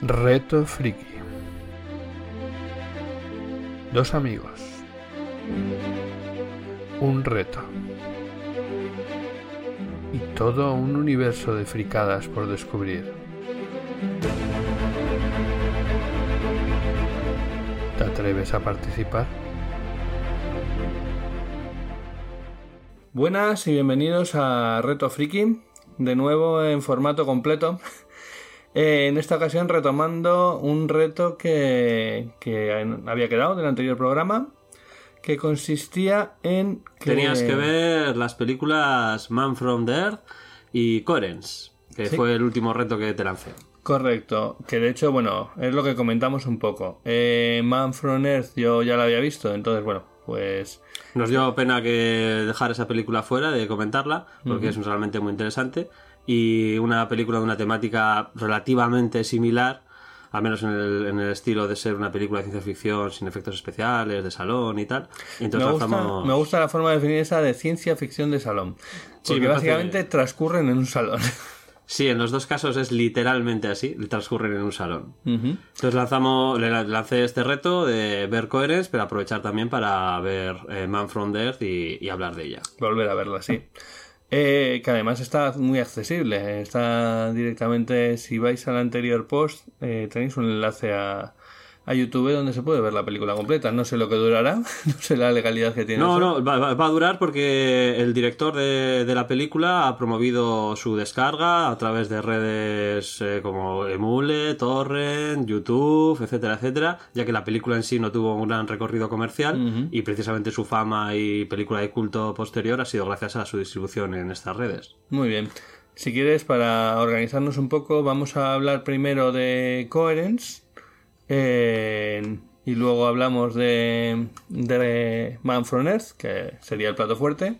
Reto Friki. Dos amigos. Un reto. Y todo un universo de fricadas por descubrir. ¿Te atreves a participar? Buenas y bienvenidos a Reto Friki, de nuevo en formato completo. En esta ocasión retomando un reto que había quedado del anterior programa, que consistía en que... Tenías que ver las películas Man from the Earth y Coherence, que ¿Sí? fue el último reto que te lancé. Correcto, que de hecho, bueno, es lo que comentamos un poco. Man from Earth yo ya la había visto, entonces, bueno, pues... Nos dio pena que dejar esa película fuera de comentarla, porque es realmente muy interesante. Y una película de una temática relativamente similar, al menos en el estilo de ser una película de ciencia ficción sin efectos especiales, de salón y tal. Y entonces me gusta la forma de definir esa de ciencia ficción de salón. Sí, Porque básicamente transcurren en un salón. Sí, en los dos casos es literalmente así, transcurren en un salón. Entonces le lancé este reto de ver Coherence, pero aprovechar también para ver Man from the Earth y hablar de ella. Volver a verla, sí. Que además está muy accesible. Está directamente, si vais al anterior post, tenéis un enlace a YouTube donde se puede ver la película completa. No sé lo que durará, no sé la legalidad que tiene. No, va a durar porque el director de la película ha promovido su descarga a través de redes como Emule, Torrent, YouTube, etcétera, etcétera, ya que la película en sí no tuvo un gran recorrido comercial y precisamente su fama y película de culto posterior ha sido gracias a su distribución en estas redes. Muy bien. Si quieres, para organizarnos un poco, vamos a hablar primero de Coherence. Y luego hablamos de Man from Earth, que sería el plato fuerte.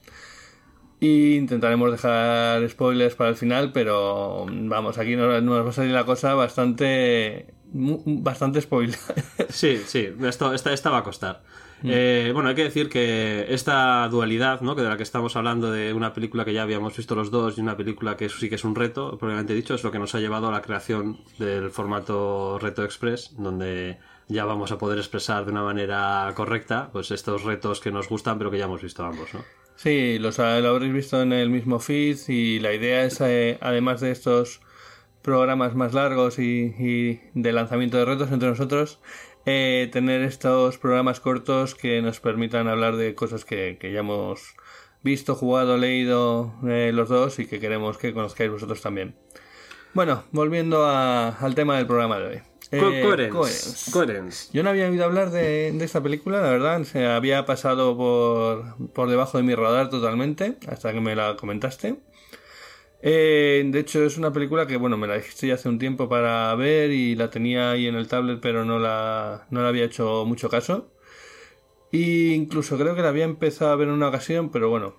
Y intentaremos dejar spoilers para el final, pero vamos, aquí nos va a salir la cosa bastante spoiler. Sí, esta va a costar. Bueno, hay que decir que esta dualidad, ¿no?, que de la que estamos hablando, de una película que ya habíamos visto los dos y una película que sí que es un reto, probablemente dicho, es lo que nos ha llevado a la creación del formato Reto Express, donde ya vamos a poder expresar de una manera correcta pues estos retos que nos gustan pero que ya hemos visto ambos, ¿no? Sí, lo habréis visto en el mismo feed, y la idea es, además de estos programas más largos y de lanzamiento de retos entre nosotros, tener estos programas cortos que nos permitan hablar de cosas que ya hemos visto, jugado, leído los dos, y que queremos que conozcáis vosotros también. Bueno, volviendo al tema del programa de hoy. Coherence. Yo no había oído hablar de esta película, la verdad. Se había pasado por debajo de mi radar totalmente hasta que me la comentaste. De hecho, es una película que, bueno, me la dijiste ya hace un tiempo para ver y la tenía ahí en el tablet, pero no la había hecho mucho caso. Y incluso creo que la había empezado a ver en una ocasión, pero bueno,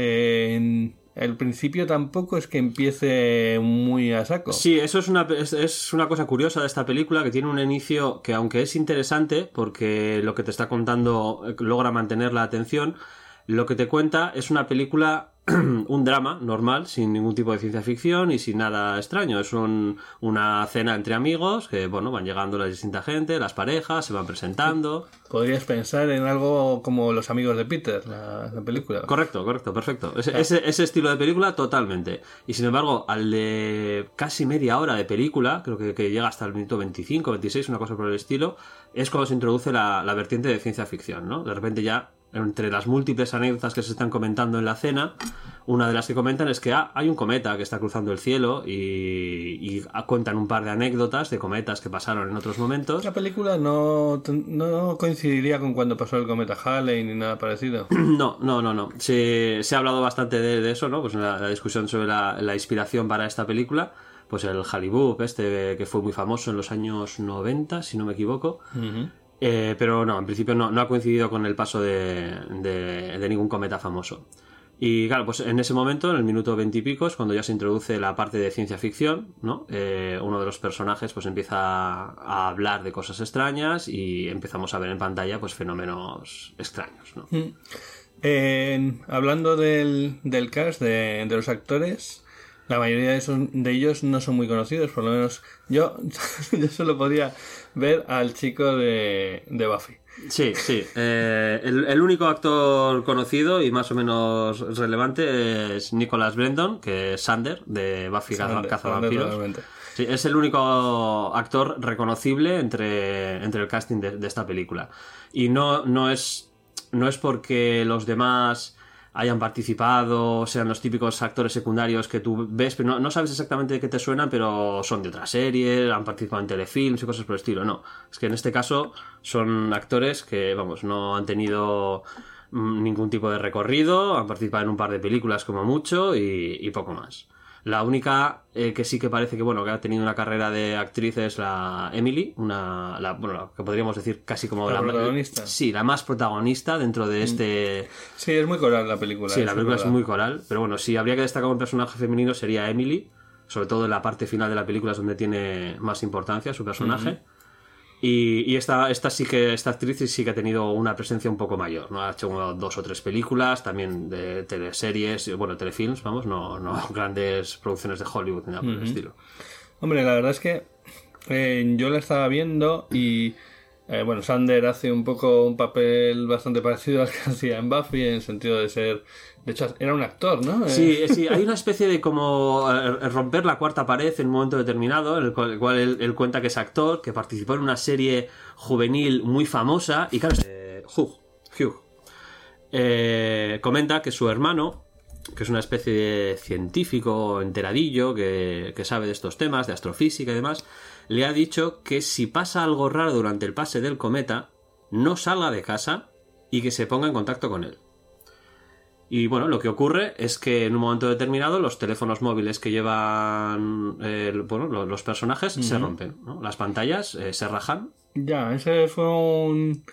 el principio tampoco es que empiece muy a saco. Sí, eso es una cosa curiosa de esta película, que tiene un inicio que, aunque es interesante, porque lo que te está contando logra mantener la atención, lo que te cuenta es una película, un drama normal, sin ningún tipo de ciencia ficción y sin nada extraño. Es una cena entre amigos que, bueno, van llegando la distinta gente, las parejas, se van presentando. Podrías pensar en algo como Los amigos de Peter, la película. Correcto, perfecto. Ese estilo de película, totalmente. Y sin embargo, al de casi media hora de película, creo que llega hasta el minuto 25, 26, una cosa por el estilo, es cuando se introduce la vertiente de ciencia ficción, ¿no? De repente ya, entre las múltiples anécdotas que se están comentando en la cena, una de las que comentan es que hay un cometa que está cruzando el cielo y cuentan un par de anécdotas de cometas que pasaron en otros momentos. La película no coincidiría con cuando pasó el cometa Halley ni nada parecido. No. Se ha hablado bastante de eso, ¿no? Pues en la discusión sobre la inspiración para esta película, pues el Halley-Boop que fue muy famoso en los años 90, si no me equivoco. Pero no, en principio no ha coincidido con el paso de ningún cometa famoso. Y claro, pues en ese momento, en el minuto 20 y pico, es cuando ya se introduce la parte de ciencia ficción, ¿no? Uno de los personajes pues empieza a hablar de cosas extrañas y empezamos a ver en pantalla pues fenómenos extraños, ¿no? Hablando del cast, de los actores, La mayoría de ellos no son muy conocidos, por lo menos yo solo podía ver al chico de Buffy. Sí. El único actor conocido y más o menos relevante es Nicholas Brendon, que es Xander, de Buffy Cazavampiros. Sí, es el único actor reconocible entre el casting de esta película. Y no es porque los demás hayan participado, sean los típicos actores secundarios que tú ves, pero no sabes exactamente de qué te suenan, pero son de otra serie, han participado en telefilms y cosas por el estilo. No, es que en este caso son actores que, vamos, no han tenido ningún tipo de recorrido, han participado en un par de películas como mucho y poco más. La única que sí que parece que ha tenido una carrera de actriz es la Emily, la que podríamos decir casi como la protagonista. Sí, la más protagonista dentro de este... Sí, es muy coral la película. Sí, la película es muy coral, pero bueno, si habría que destacar un personaje femenino sería Emily, sobre todo en la parte final de la película es donde tiene más importancia su personaje. Y esta actriz sí que ha tenido una presencia un poco mayor, ¿no? Ha hecho 2 o 3 películas, también de teleseries, telefilms, vamos, no grandes producciones de Hollywood ni nada por el estilo. Hombre, la verdad es que yo la estaba viendo y Xander hace un poco un papel bastante parecido al que hacía en Buffy, en el sentido de ser... De hecho, era un actor, ¿no? Sí, hay una especie de como romper la cuarta pared en un momento determinado, en el cual él cuenta que es actor, que participó en una serie juvenil muy famosa, y claro, Hugh comenta que su hermano, que es una especie de científico enteradillo, que sabe de estos temas, de astrofísica y demás, le ha dicho que si pasa algo raro durante el pase del cometa, no salga de casa y que se ponga en contacto con él. Y bueno, lo que ocurre es que en un momento determinado los teléfonos móviles que llevan los personajes se rompen, ¿no? Las pantallas se rajan. Ya, ese fue un...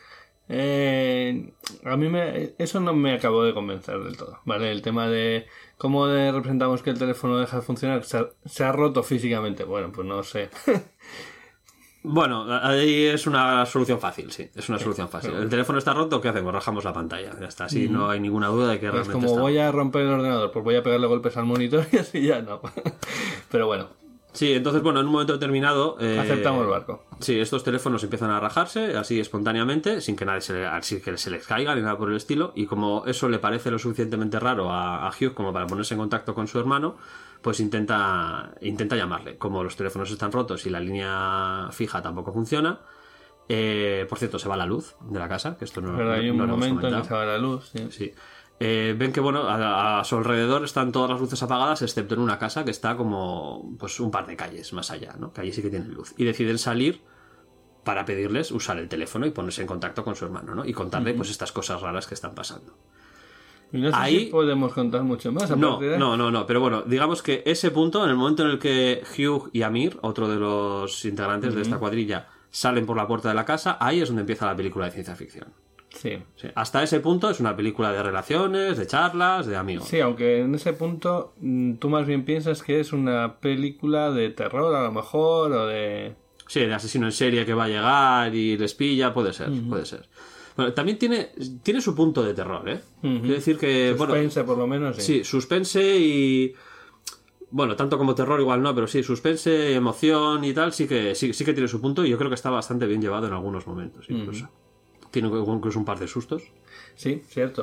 eso no me acabó de convencer del todo, ¿vale? El tema de cómo representamos que el teléfono deja de funcionar, se ha roto físicamente. Bueno, pues no sé. Bueno, ahí es una solución fácil, sí. Es una solución fácil. El teléfono está roto, ¿qué hacemos? Rajamos la pantalla. Ya está, así no hay ninguna duda de que pues realmente como voy a romper el ordenador, pues voy a pegarle golpes al monitor y así ya no. Pero bueno. Sí, entonces, en un momento determinado... aceptamos el barco. Sí, estos teléfonos empiezan a rajarse, así espontáneamente, sin que se les caiga ni nada por el estilo, y como eso le parece lo suficientemente raro a Hugh como para ponerse en contacto con su hermano, pues intenta llamarle. Como los teléfonos están rotos y la línea fija tampoco funciona, por cierto, se va la luz de la casa, que esto no Pero hay un no momento en que se va la luz, sí. Ven que a su alrededor están todas las luces apagadas excepto en una casa que está como pues un par de calles más allá, ¿no? Que allí sí que tienen luz, y deciden salir para pedirles usar el teléfono y ponerse en contacto con su hermano, ¿no? Y contarle pues estas cosas raras que están pasando. Y no sé si podemos contar mucho más. No, pero bueno, digamos que ese punto, en el momento en el que Hugh y Amir, otro de los integrantes de esta cuadrilla, salen por la puerta de la casa, ahí es donde empieza la película de ciencia ficción. Sí. Hasta ese punto es una película de relaciones, de charlas, de amigos. Sí, aunque en ese punto tú más bien piensas que es una película de terror a lo mejor, o de... Sí, de asesino en serie que va a llegar y les pilla, puede ser. Bueno, también tiene su punto de terror, ¿eh? Quiero decir que... Suspense, por lo menos, sí. Sí, suspense y... Bueno, tanto como terror igual no, pero sí, suspense, emoción y tal, sí que tiene su punto, y yo creo que está bastante bien llevado en algunos momentos, incluso. Tiene incluso un par de sustos. Sí, cierto.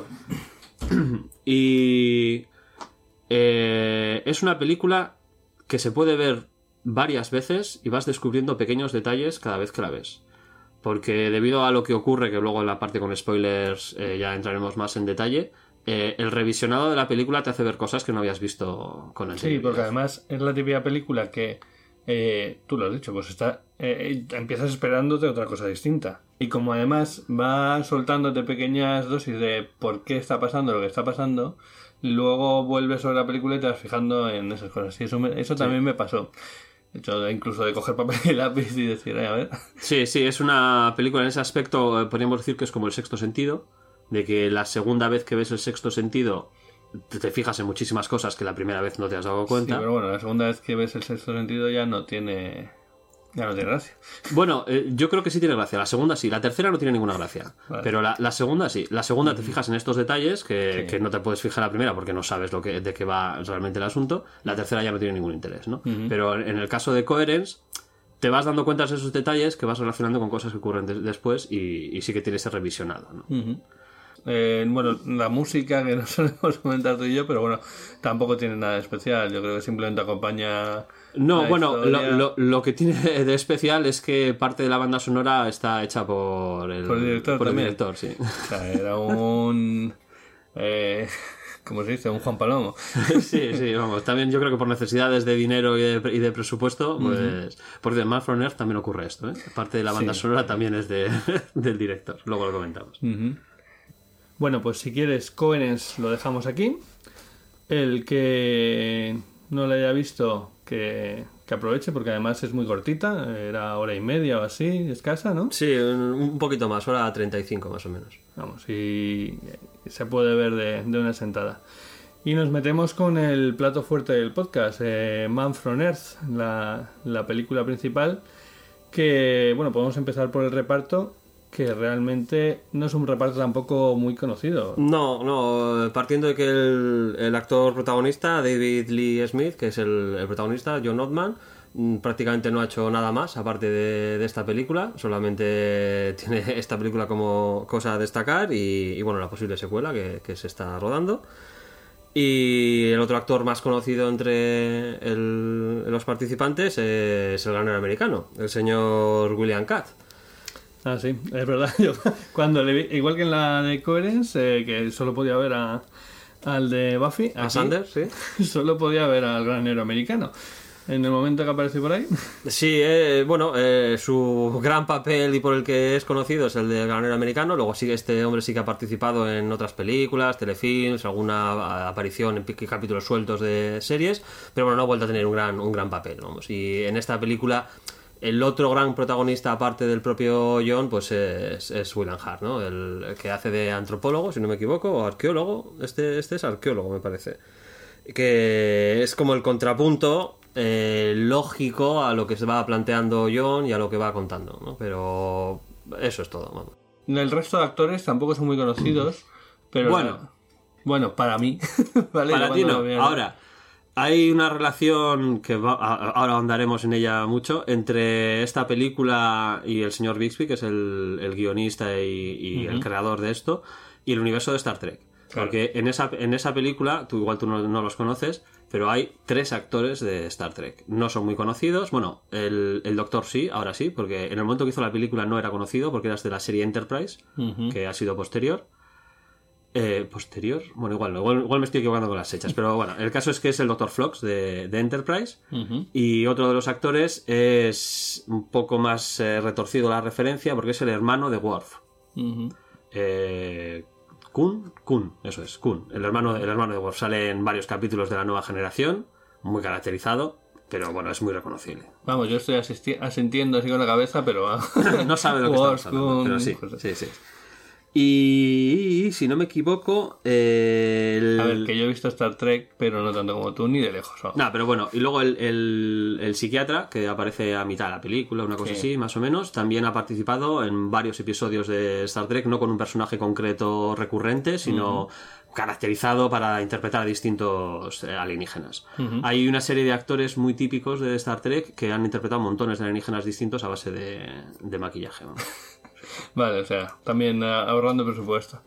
Y es una película que se puede ver varias veces y vas descubriendo pequeños detalles cada vez que la ves. Porque debido a lo que ocurre, que luego en la parte con spoilers ya entraremos más en detalle, el revisionado de la película te hace ver cosas que no habías visto con el Sí, porque además es la típica película que tú lo has dicho, pues empiezas esperándote otra cosa distinta. Y como además va soltándote pequeñas dosis de por qué está pasando lo que está pasando, luego vuelves sobre la película y te vas fijando en esas cosas. Y eso también me pasó. De hecho, incluso de coger papel y lápiz y decir, a ver. Sí, es una película en ese aspecto, podríamos decir que es como el Sexto Sentido, de que la segunda vez que ves el Sexto Sentido te fijas en muchísimas cosas que la primera vez no te has dado cuenta. Sí, pero bueno, la segunda vez que ves el Sexto Sentido ya no tiene Ya no tiene gracia. Bueno, yo creo que sí tiene gracia. La segunda sí. La tercera no tiene ninguna gracia. Vale. Pero la segunda sí. La segunda te fijas en estos detalles que no te puedes fijar la primera porque no sabes de qué va realmente el asunto. La tercera ya no tiene ningún interés, ¿no? Pero en el caso de Coherence, te vas dando cuenta de esos detalles que vas relacionando con cosas que ocurren después y sí que tiene ese revisionado, ¿no? Bueno, la música que no solemos comentar tú y yo, pero bueno, tampoco tiene nada de especial. Yo creo que simplemente acompaña. No, bueno, lo que tiene de especial es que parte de la banda sonora está hecha por el director, sí. O sea, era un... ¿cómo se dice? Un Juan Palomo. Sí, vamos. También yo creo que por necesidades de dinero y de presupuesto, pues... Porque en Man from Earth también ocurre esto, ¿eh? Parte de la banda sonora también es del director. Luego lo comentamos. Bueno, pues si quieres, Coherence lo dejamos aquí. El que no lo haya visto, que aproveche, porque además es muy cortita. Era hora y media o así, escasa, ¿no? Sí, un poquito más, hora 35 más o menos. Vamos, y se puede ver de una sentada. Y nos metemos con el plato fuerte del podcast, Man from Earth, la película principal, que, bueno, podemos empezar por el reparto, que realmente no es un reparto tampoco muy conocido. No, partiendo de que el actor protagonista, David Lee Smith, que es el protagonista, John Ottman, prácticamente no ha hecho nada más aparte de esta película, solamente tiene esta película como cosa a destacar y bueno, la posible secuela que se está rodando. Y el otro actor más conocido entre los participantes es el granero americano, el señor William Katt. Ah, sí, es verdad. Yo cuando le vi, igual que en la de Coherence, que solo podía ver al de Buffy, a Sanders, sí. Solo podía ver al granero americano. En el momento que apareció por ahí. Sí, su gran papel y por el que es conocido es el de granero americano. Luego sí, este hombre sí que ha participado en otras películas, telefilms, alguna aparición en capítulos sueltos de series, pero bueno, no ha vuelto a tener un gran papel, vamos. Y en esta película el otro gran protagonista aparte del propio John pues es William Hart, ¿no? El que hace de antropólogo, si no me equivoco, o arqueólogo. Este es arqueólogo, me parece, que es como el contrapunto lógico a lo que se va planteando John y a lo que va contando, ¿no? Pero eso es todo, vamos. El resto de actores tampoco son muy conocidos, pero bueno, para mí ¿vale? Para ti no. Ahora hay una relación que ahora ahondaremos en ella mucho entre esta película y el señor Bixby, que es el guionista y el creador de esto, y el universo de Star Trek. Claro. Porque en esa película, tú no los conoces, pero hay 3 actores de Star Trek. No son muy conocidos. Bueno, el Doctor sí, ahora sí, porque en el momento que hizo la película no era conocido, porque era de la serie Enterprise, que ha sido posterior. ¿Posterior? Bueno, igual me estoy equivocando con las fechas, pero bueno, el caso es que es el Dr. Phlox de Enterprise, y otro de los actores es un poco más retorcido la referencia, porque es el hermano de Worf. Kun, eso es, Kun, el hermano de Worf. Sale en varios capítulos de La Nueva Generación, muy caracterizado, pero bueno, es muy reconocible. Vamos, yo estoy asintiendo así con la cabeza, pero... no sabe lo que estamos hablando, pero sí. Y si no me equivoco... A ver, que yo he visto Star Trek, pero no tanto como tú, ni de lejos. No, pero bueno, y luego el psiquiatra, que aparece a mitad de la película, una cosa así, más o menos, también ha participado en varios episodios de Star Trek, no con un personaje concreto recurrente, sino caracterizado para interpretar a distintos alienígenas. Hay una serie de actores muy típicos de Star Trek que han interpretado montones de alienígenas distintos a base de maquillaje, ¿no? Vale, o sea, también ahorrando presupuesto.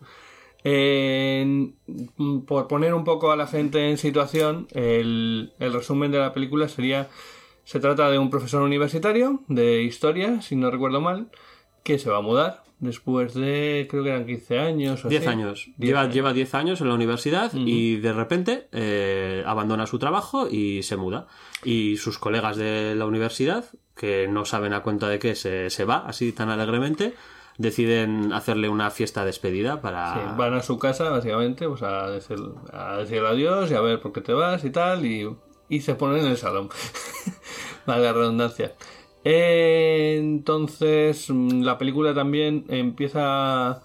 Por poner un poco a la gente en situación, el resumen de la película se trata de un profesor universitario de historia, si no recuerdo mal, que se va a mudar después de, creo que eran 15 años o 10 años. Lleva 10 años en la universidad y de repente abandona su trabajo y se muda. Y sus colegas de la universidad, que no saben a cuenta de qué se va así tan alegremente, deciden hacerle una fiesta de despedida para... Sí, van a su casa, básicamente, pues a decir adiós y a ver por qué te vas y tal, y se ponen en el salón. Vale, la redundancia. Entonces, la película también empieza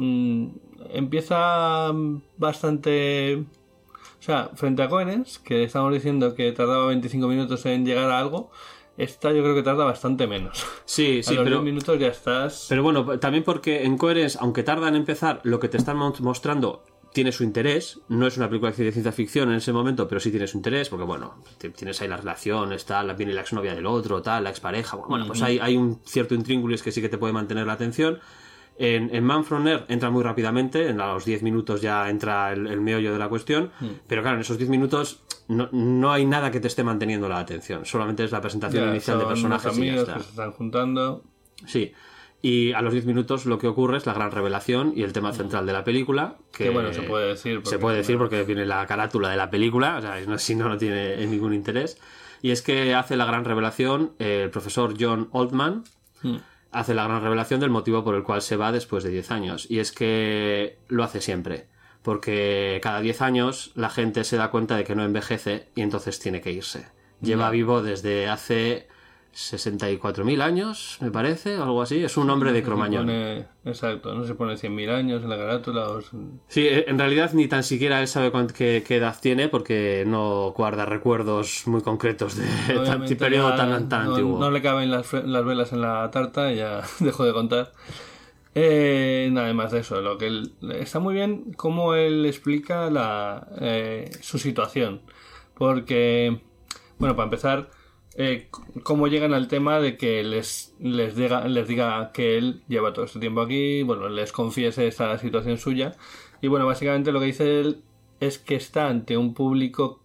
bastante... O sea, frente a Coherence, que estamos diciendo que tardaba 25 minutos en llegar a algo, Esta yo creo que tarda bastante menos. Sí, A los 10 minutos ya estás... Pero bueno, también porque en Coherence, aunque tarda en empezar, lo que te están mostrando tiene su interés. No es una película de ciencia ficción en ese momento, pero sí tiene su interés, porque bueno, tienes ahí la relación, viene la exnovia del otro, la expareja. Bueno, pues hay un cierto intríngulis que sí que te puede mantener la atención. En Man from Earth entra muy rápidamente, a los 10 minutos ya entra el meollo de la cuestión, pero claro, en esos 10 minutos no hay nada que te esté manteniendo la atención, solamente es la presentación inicial de personajes y ya está. Que se están juntando. Sí, y a los 10 minutos lo que ocurre es la gran revelación y el tema central de la película, que bueno, se puede decir. Se puede decir porque viene la carátula de la película, o sea, si no tiene ningún interés, y es que hace la gran revelación el profesor John Oldman, hace la gran revelación del motivo por el cual se va después de 10 años. Y es que lo hace siempre. Porque cada 10 años la gente se da cuenta de que no envejece y entonces tiene que irse. Lleva vivo desde hace 64.000 años, me parece, o algo así. Es un hombre de Cromañón. Exacto, no se pone 100.000 años en la carátula. Sí, en realidad ni tan siquiera él sabe qué edad tiene porque no guarda recuerdos muy concretos de periodo tan antiguo. No le caben las velas en la tarta y ya dejo de contar. Nada más de eso. Está muy bien cómo él explica su situación. Porque, bueno, para empezar... cómo llegan al tema de que les diga que él lleva todo este tiempo aquí, bueno, les confiese esta situación suya, y bueno, básicamente lo que dice él es que está ante un público,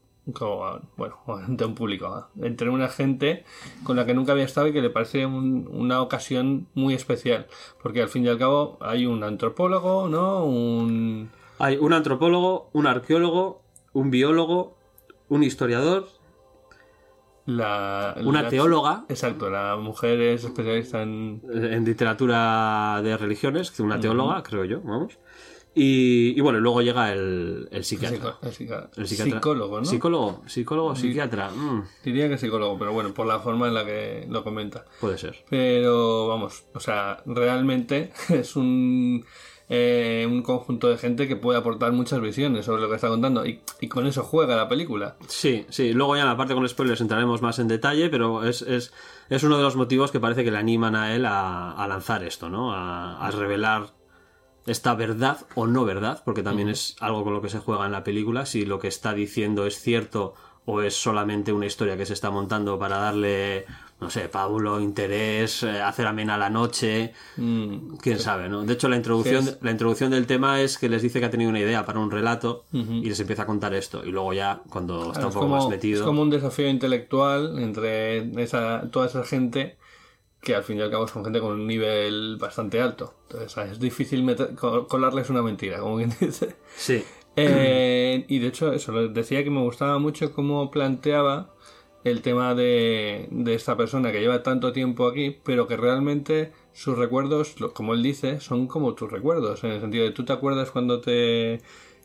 entre una gente con la que nunca había estado y que le parece una ocasión muy especial, porque al fin y al cabo hay un antropólogo, ¿no? Hay un antropólogo, un arqueólogo, un biólogo, un historiador, una teóloga. Exacto, la mujer es especialista en literatura de religiones, una teóloga, creo yo, vamos. Y bueno, luego llega el psiquiatra. El psicólogo, ¿no? Psicólogo, psiquiatra. Diría que psicólogo, pero bueno, por la forma en la que lo comenta. Puede ser. Pero vamos, o sea, realmente es un conjunto de gente que puede aportar muchas visiones sobre lo que está contando y con eso juega la película. Sí, luego ya en la parte con spoilers entraremos más en detalle, pero es uno de los motivos que parece que le animan a él a lanzar esto, ¿no? A revelar esta verdad o no verdad, porque también es algo con lo que se juega en la película, si lo que está diciendo es cierto o es solamente una historia que se está montando para darle, no sé, pábulo, interés, hacer amena la noche, quién sabe, ¿no? De hecho, la introducción del tema es que les dice que ha tenido una idea para un relato y les empieza a contar esto, y luego ya, cuando está un poco más metido... Es como un desafío intelectual entre toda esa gente que al fin y al cabo son gente con un nivel bastante alto. Entonces es difícil colarles una mentira, como quien dice. Sí. Y de hecho, eso, decía que me gustaba mucho cómo planteaba el tema de esta persona que lleva tanto tiempo aquí, pero que realmente sus recuerdos, como él dice, son como tus recuerdos, en el sentido de tú te acuerdas cuando naciste.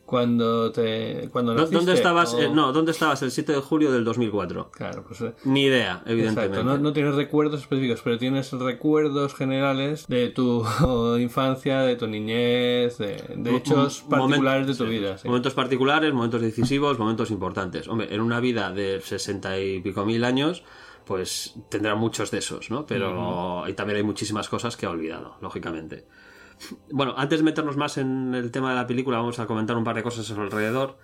¿Dónde estabas? ¿Dónde estabas el 7 de julio del 2004? Claro, pues ni idea, evidentemente. Exacto, no tienes recuerdos específicos, pero tienes recuerdos generales de tu infancia, de tu niñez, de hechos particulares de tu vida. Sí. Momentos particulares, momentos decisivos, momentos importantes. Hombre, en una vida de 60 y pico mil años, pues tendrá muchos de esos, ¿no? Pero también hay muchísimas cosas que ha olvidado, lógicamente. Bueno, antes de meternos más en el tema de la película, vamos a comentar un par de cosas a su alrededor.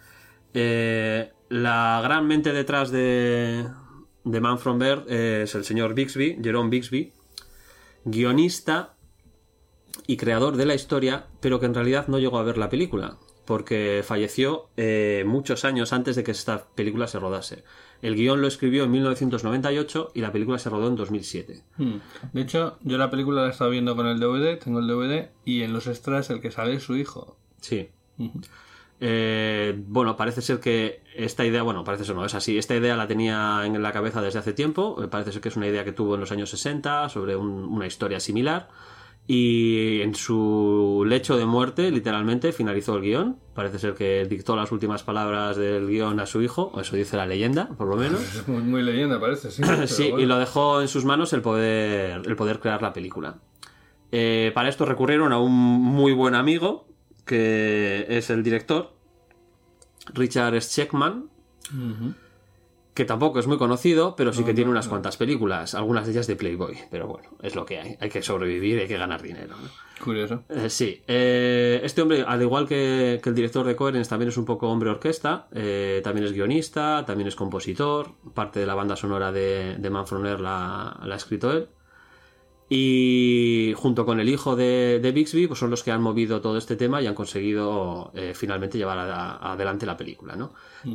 La gran mente detrás de Man from Earth es el señor Bixby, Jerome Bixby, guionista y creador de la historia, pero que en realidad no llegó a ver la película, porque falleció muchos años antes de que esta película se rodase. El guión lo escribió en 1998 y la película se rodó en 2007. De hecho, yo la película la he estado viendo con el DVD, tengo el DVD, y en los extras el que sale es su hijo. Sí. Bueno, parece ser que esta idea, parece ser no, es así, esta idea la tenía en la cabeza desde hace tiempo, parece ser que es una idea que tuvo en los años 60 sobre una historia similar. Y en su lecho de muerte, literalmente, finalizó el guión. Parece ser que dictó las últimas palabras del guión a su hijo, o eso dice la leyenda, por lo menos. Es muy leyenda, parece, sí. Sí, bueno. Y lo dejó en sus manos el poder crear la película. Para esto recurrieron a un muy buen amigo, que es el director, Richard Scheckman, que tampoco es muy conocido, pero sí que tiene unas cuantas películas, algunas de ellas de Playboy. Pero bueno, es lo que hay que sobrevivir, hay que ganar dinero, ¿no? Curioso. Sí. Este hombre, al igual que el director de Coherence, también es un poco hombre orquesta, también es guionista, también es compositor, parte de la banda sonora de Man From Earth la ha escrito él. Y junto con el hijo de Bixby, pues son los que han movido todo este tema y han conseguido finalmente llevar adelante la película, ¿no?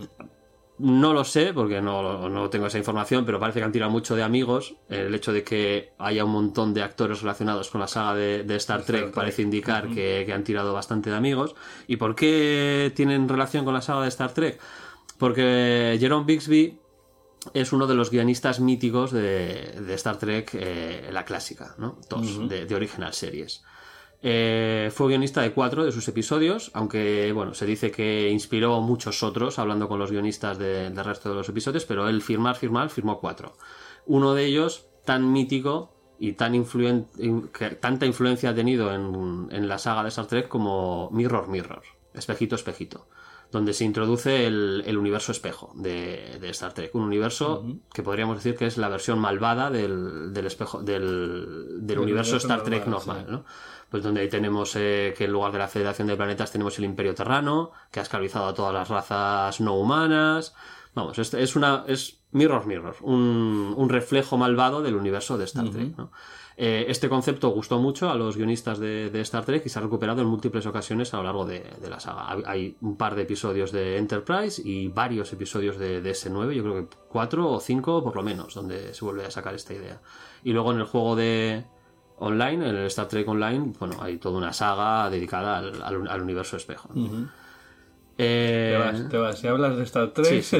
No lo sé, porque no tengo esa información, pero parece que han tirado mucho de amigos. El hecho de que haya un montón de actores relacionados con la saga de Star Trek parece indicar que han tirado bastante de amigos. ¿Y por qué tienen relación con la saga de Star Trek? Porque Jerome Bixby es uno de los guionistas míticos de Star Trek, la clásica, ¿no? De Original Series. Fue guionista de 4 de sus episodios, aunque bueno, se dice que inspiró muchos otros hablando con los guionistas del resto de los episodios, pero él firmó 4. Uno de ellos, tan mítico y tan tanta influencia ha tenido en la saga de Star Trek como Mirror Mirror, Espejito Espejito, donde se introduce el universo espejo de Star Trek, un universo que podríamos decir que es la versión malvada del universo Star Trek normal, ¿no? Pues donde ahí tenemos que en lugar de la Federación de Planetas tenemos el Imperio Terrano, que ha esclavizado a todas las razas no humanas. Vamos, es Mirror Mirror, un reflejo malvado del universo de Star Trek, ¿no? Este concepto gustó mucho a los guionistas de Star Trek y se ha recuperado en múltiples ocasiones a lo largo de la saga. Hay un par de episodios de Enterprise y varios episodios de S9, yo creo que 4 o 5 por lo menos, donde se vuelve a sacar esta idea. Y luego en el juego de online, en el Star Trek Online, bueno, hay toda una saga dedicada al universo espejo, ¿no? Te vas. Si hablas de Star Trek... Sí.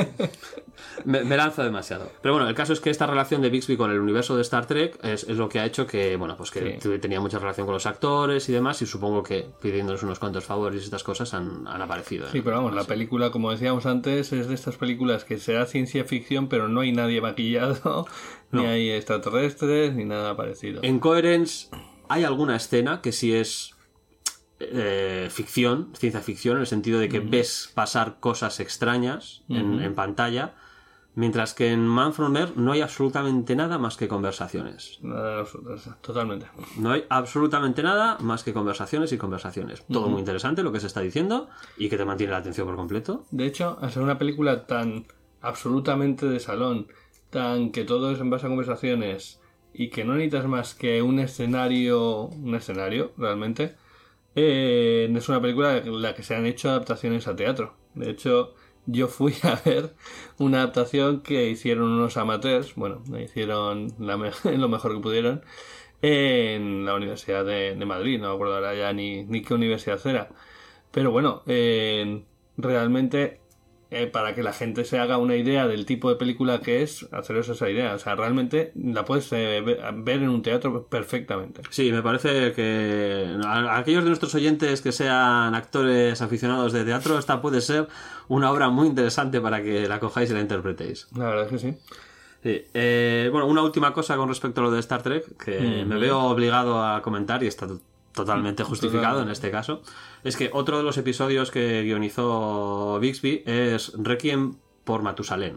me lanzo demasiado. Pero bueno, el caso es que esta relación de Bixby con el universo de Star Trek es lo que ha hecho que, bueno, pues que tenía mucha relación con los actores y demás, y supongo que pidiéndoles unos cuantos favores y estas cosas han aparecido. Sí, pero vamos, la película, como decíamos antes, es de estas películas que será ciencia ficción, pero no hay nadie maquillado, ni hay extraterrestres, ni nada parecido. En Coherence hay alguna escena que sí es ficción, ciencia ficción, en el sentido de que ves pasar cosas extrañas en pantalla, mientras que en Man From Earth no hay absolutamente nada más que conversaciones. Nada, totalmente. No hay absolutamente nada más que conversaciones y conversaciones. Todo muy interesante lo que se está diciendo y que te mantiene la atención por completo. De hecho, al ser una película tan absolutamente de salón, tan que todo es en base a conversaciones y que no necesitas más que un escenario realmente, es una película en la que se han hecho adaptaciones a teatro. De hecho, yo fui a ver una adaptación que hicieron unos amateurs, bueno, hicieron lo mejor que pudieron en la Universidad de Madrid, no me acuerdo ahora ya ni qué universidad era. Pero bueno, realmente para que la gente se haga una idea del tipo de película que es, haceros esa idea. O sea, realmente la puedes ver en un teatro perfectamente. Sí, me parece que a aquellos de nuestros oyentes que sean actores aficionados de teatro, esta puede ser una obra muy interesante para que la cojáis y la interpretéis. La verdad es que sí. Sí. Bueno, una última cosa con respecto a lo de Star Trek, que me veo obligado a comentar y está totalmente justificado en este caso, es que otro de los episodios que guionizó Bixby es Requiem por Matusalén.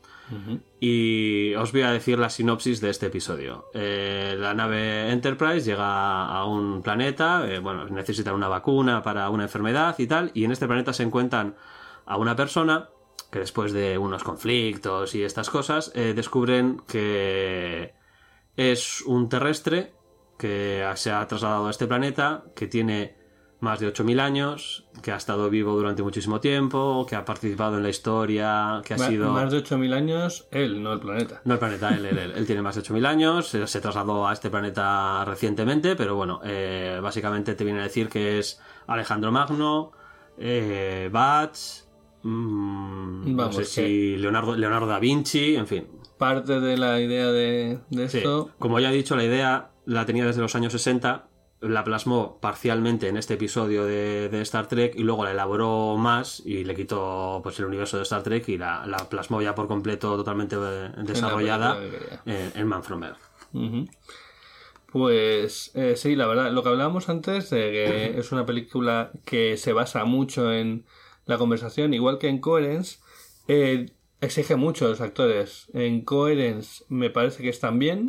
Y os voy a decir la sinopsis de este episodio. La nave Enterprise llega a un planeta, bueno, necesitan una vacuna para una enfermedad y tal, y en este planeta se encuentran a una persona que después de unos conflictos y estas cosas descubren que es un terrestre que se ha trasladado a este planeta, que tiene más de 8.000 años, que ha estado vivo durante muchísimo tiempo, que ha participado en la historia, que ha sido... Más de 8.000 años él, no el planeta. No el planeta, él tiene más de 8.000 años, se trasladó a este planeta recientemente, pero bueno, básicamente te viene a decir que es Alejandro Magno, Bach, no sé si Leonardo da Vinci, en fin. Parte de la idea de esto... Sí. Como ya he dicho, la idea la tenía desde los años 60, la plasmó parcialmente en este episodio de Star Trek y luego la elaboró más y le quitó pues el universo de Star Trek y la plasmó ya por completo totalmente desarrollada en Man From Earth. Pues sí, la verdad, lo que hablábamos antes de que es una película que se basa mucho en la conversación, igual que en Coherence, exige mucho a los actores. En Coherence me parece que están bien.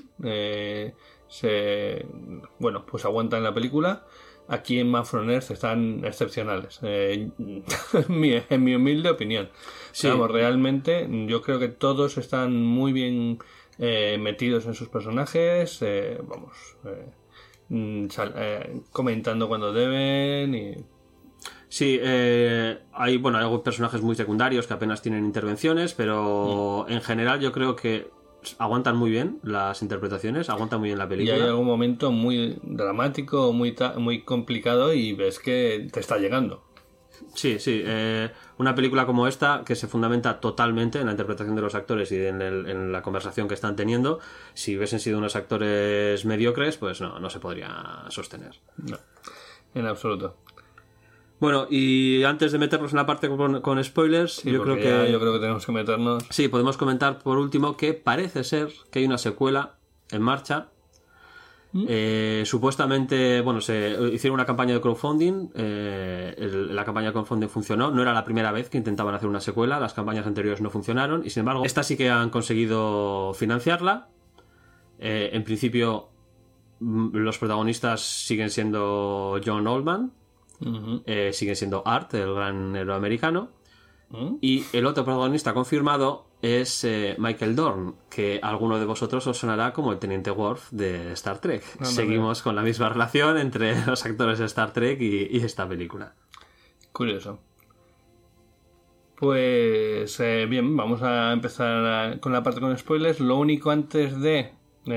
Bueno, pues aguantan la película. Aquí en Man from Earth están excepcionales. En mi humilde opinión. Sí. Vamos, realmente yo creo que todos están muy bien metidos en sus personajes. Comentando cuando deben y... Sí, hay algunos personajes muy secundarios que apenas tienen intervenciones, pero en general yo creo que aguantan muy bien las interpretaciones, aguantan muy bien la película. Y hay algún momento muy dramático, muy complicado y ves que te está llegando. Sí, una película como esta que se fundamenta totalmente en la interpretación de los actores y en la conversación que están teniendo. Si hubiesen sido unos actores mediocres, pues no se podría sostener. No, en absoluto. Bueno, y antes de meternos en la parte con spoilers, yo creo que tenemos que meternos. Sí, podemos comentar por último que parece ser que hay una secuela en marcha. Supuestamente, se hicieron una campaña de crowdfunding. La campaña de crowdfunding funcionó. No era la primera vez que intentaban hacer una secuela. Las campañas anteriores no funcionaron. Y sin embargo, esta sí que han conseguido financiarla. En principio, los protagonistas siguen siendo John Oldman. Sigue siendo Art, el gran héroe americano. Y el otro protagonista confirmado es Michael Dorn, que a alguno de vosotros os sonará como el teniente Worf de Star Trek. Seguimos con la misma relación entre los actores de Star Trek y esta película. Curioso. Pues bien, vamos a empezar con la parte con spoilers. Lo único antes de...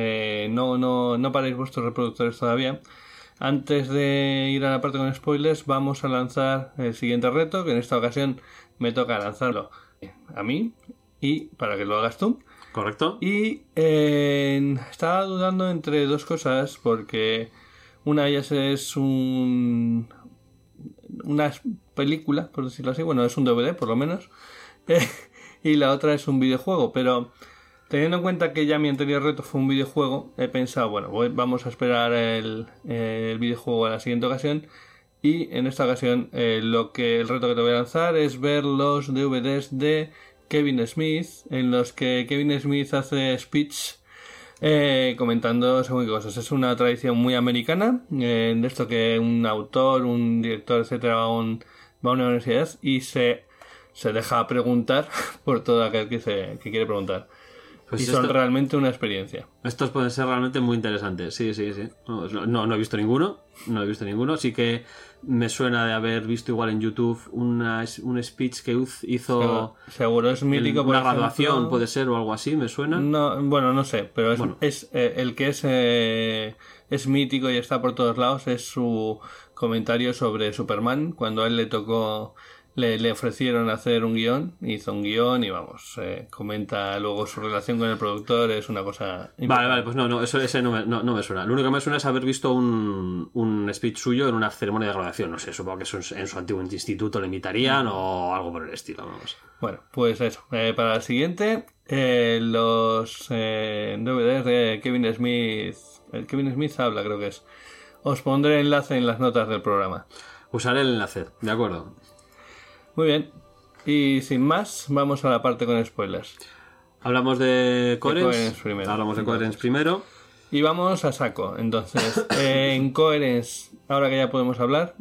no paréis vuestros reproductores todavía. Antes de ir a la parte con spoilers, vamos a lanzar el siguiente reto, que en esta ocasión me toca lanzarlo a mí y para que lo hagas tú. Correcto. Y estaba dudando entre dos cosas, porque una de ellas es una película, por decirlo así, es un DVD por lo menos, y la otra es un videojuego, pero... Teniendo en cuenta que ya mi anterior reto fue un videojuego, he pensado, vamos a esperar el videojuego a la siguiente ocasión. Y en esta ocasión el reto que te voy a lanzar es ver los DVDs de Kevin Smith, en los que Kevin Smith hace speech comentando según qué cosas. Es una tradición muy americana, de esto que un autor, un director, etcétera, va a una universidad y se deja preguntar por todo aquel que quiere preguntar. Pues y son realmente una experiencia. Estos pueden ser realmente muy interesantes, sí. No he visto ninguno. Sí que me suena de haber visto igual en YouTube un speech que hizo... Seguro, es mítico. Una graduación puede ser o algo así, me suena. No sé, pero es el que es mítico y está por todos lados, es su comentario sobre Superman, cuando a él le tocó... Le ofrecieron hacer un guión, hizo un guión y comenta luego su relación con el productor, es una cosa... Vale, pues ese no me suena. Lo único que me suena es haber visto un speech suyo en una ceremonia de graduación, no sé, supongo que en su antiguo instituto le invitarían o algo por el estilo, vamos. Bueno, pues eso, para el siguiente, los DVDs de Kevin Smith, el Kevin Smith habla creo que es, os pondré enlace en las notas del programa. Usaré el enlace, de acuerdo. Muy bien, y sin más, vamos a la parte con spoilers. Hablamos de Coherence primero. Y vamos a saco. Entonces, en Coherence, ahora que ya podemos hablar,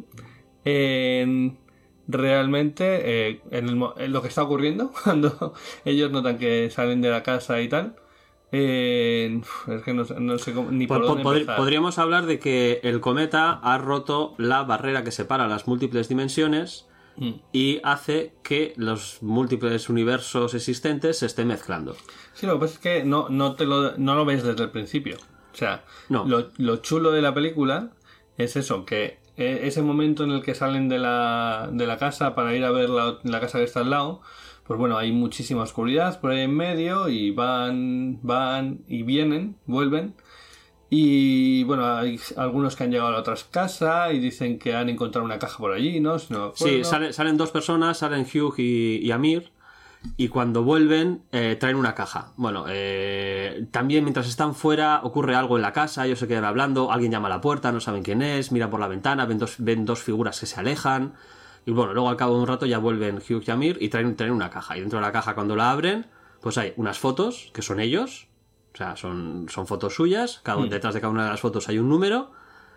realmente en lo que está ocurriendo cuando ellos notan que salen de la casa y tal, es que no sé cómo, ni por dónde empezar. Podríamos hablar de que el cometa ha roto la barrera que separa las múltiples dimensiones y hace que los múltiples universos existentes se estén mezclando. Sí, lo que pasa es que no lo ves desde el principio. O sea, lo chulo de la película es eso, que ese momento en el que salen de la casa para ir a ver la casa que está al lado, pues hay muchísima oscuridad por ahí en medio y van y vienen, vuelven. Y hay algunos que han llegado a la otra casa y dicen que han encontrado una caja por allí, ¿no? Sí, salen dos personas, salen Hugh y Amir, y cuando vuelven traen una caja. También mientras están fuera ocurre algo en la casa, ellos se quedan hablando, alguien llama a la puerta, no saben quién es, miran por la ventana, ven dos figuras que se alejan. Y bueno, luego al cabo de un rato ya vuelven Hugh y Amir y traen una caja. Y dentro de la caja, cuando la abren, pues hay unas fotos que son ellos. O sea, son fotos suyas. Detrás de cada una de las fotos hay un número.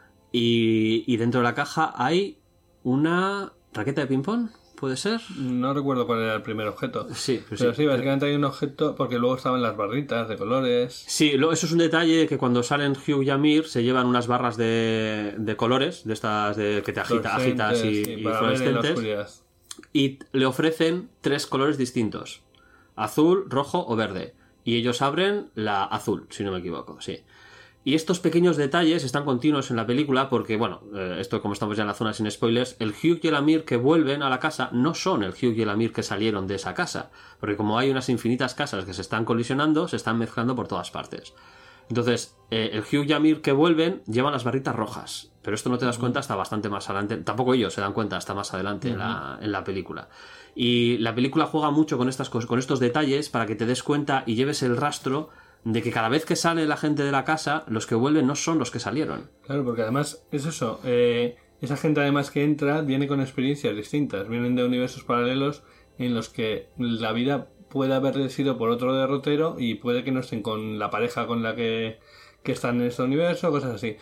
Y dentro de la caja hay una raqueta de ping-pong, ¿puede ser? No recuerdo cuál era el primer objeto. Sí, pero sí, básicamente hay un objeto, porque luego estaban las barritas de colores. Sí, eso es un detalle que cuando salen Hugh y Amir se llevan unas barras de colores, de estas que te agitas y fluorescentes. Y le ofrecen 3 colores distintos: azul, rojo o verde. Y ellos abren la azul, si no me equivoco, sí. Y estos pequeños detalles están continuos en la película porque, bueno, esto como estamos ya en la zona sin spoilers, el Hugh y el Amir que vuelven a la casa no son el Hugh y el Amir que salieron de esa casa. Porque como hay unas infinitas casas que se están colisionando, se están mezclando por todas partes. Entonces, el Hugh y Amir que vuelven llevan las barritas rojas. Pero esto no te das cuenta hasta bastante más adelante. Tampoco ellos se dan cuenta hasta más adelante en la película. Y la película juega mucho con estas cosas, con estos detalles para que te des cuenta y lleves el rastro de que cada vez que sale la gente de la casa, los que vuelven no son los que salieron. Claro, porque además es eso. Esa gente además que entra viene con experiencias distintas. Vienen de universos paralelos en los que la vida puede haber sido por otro derrotero y puede que no estén con la pareja con la que están en este universo, cosas así.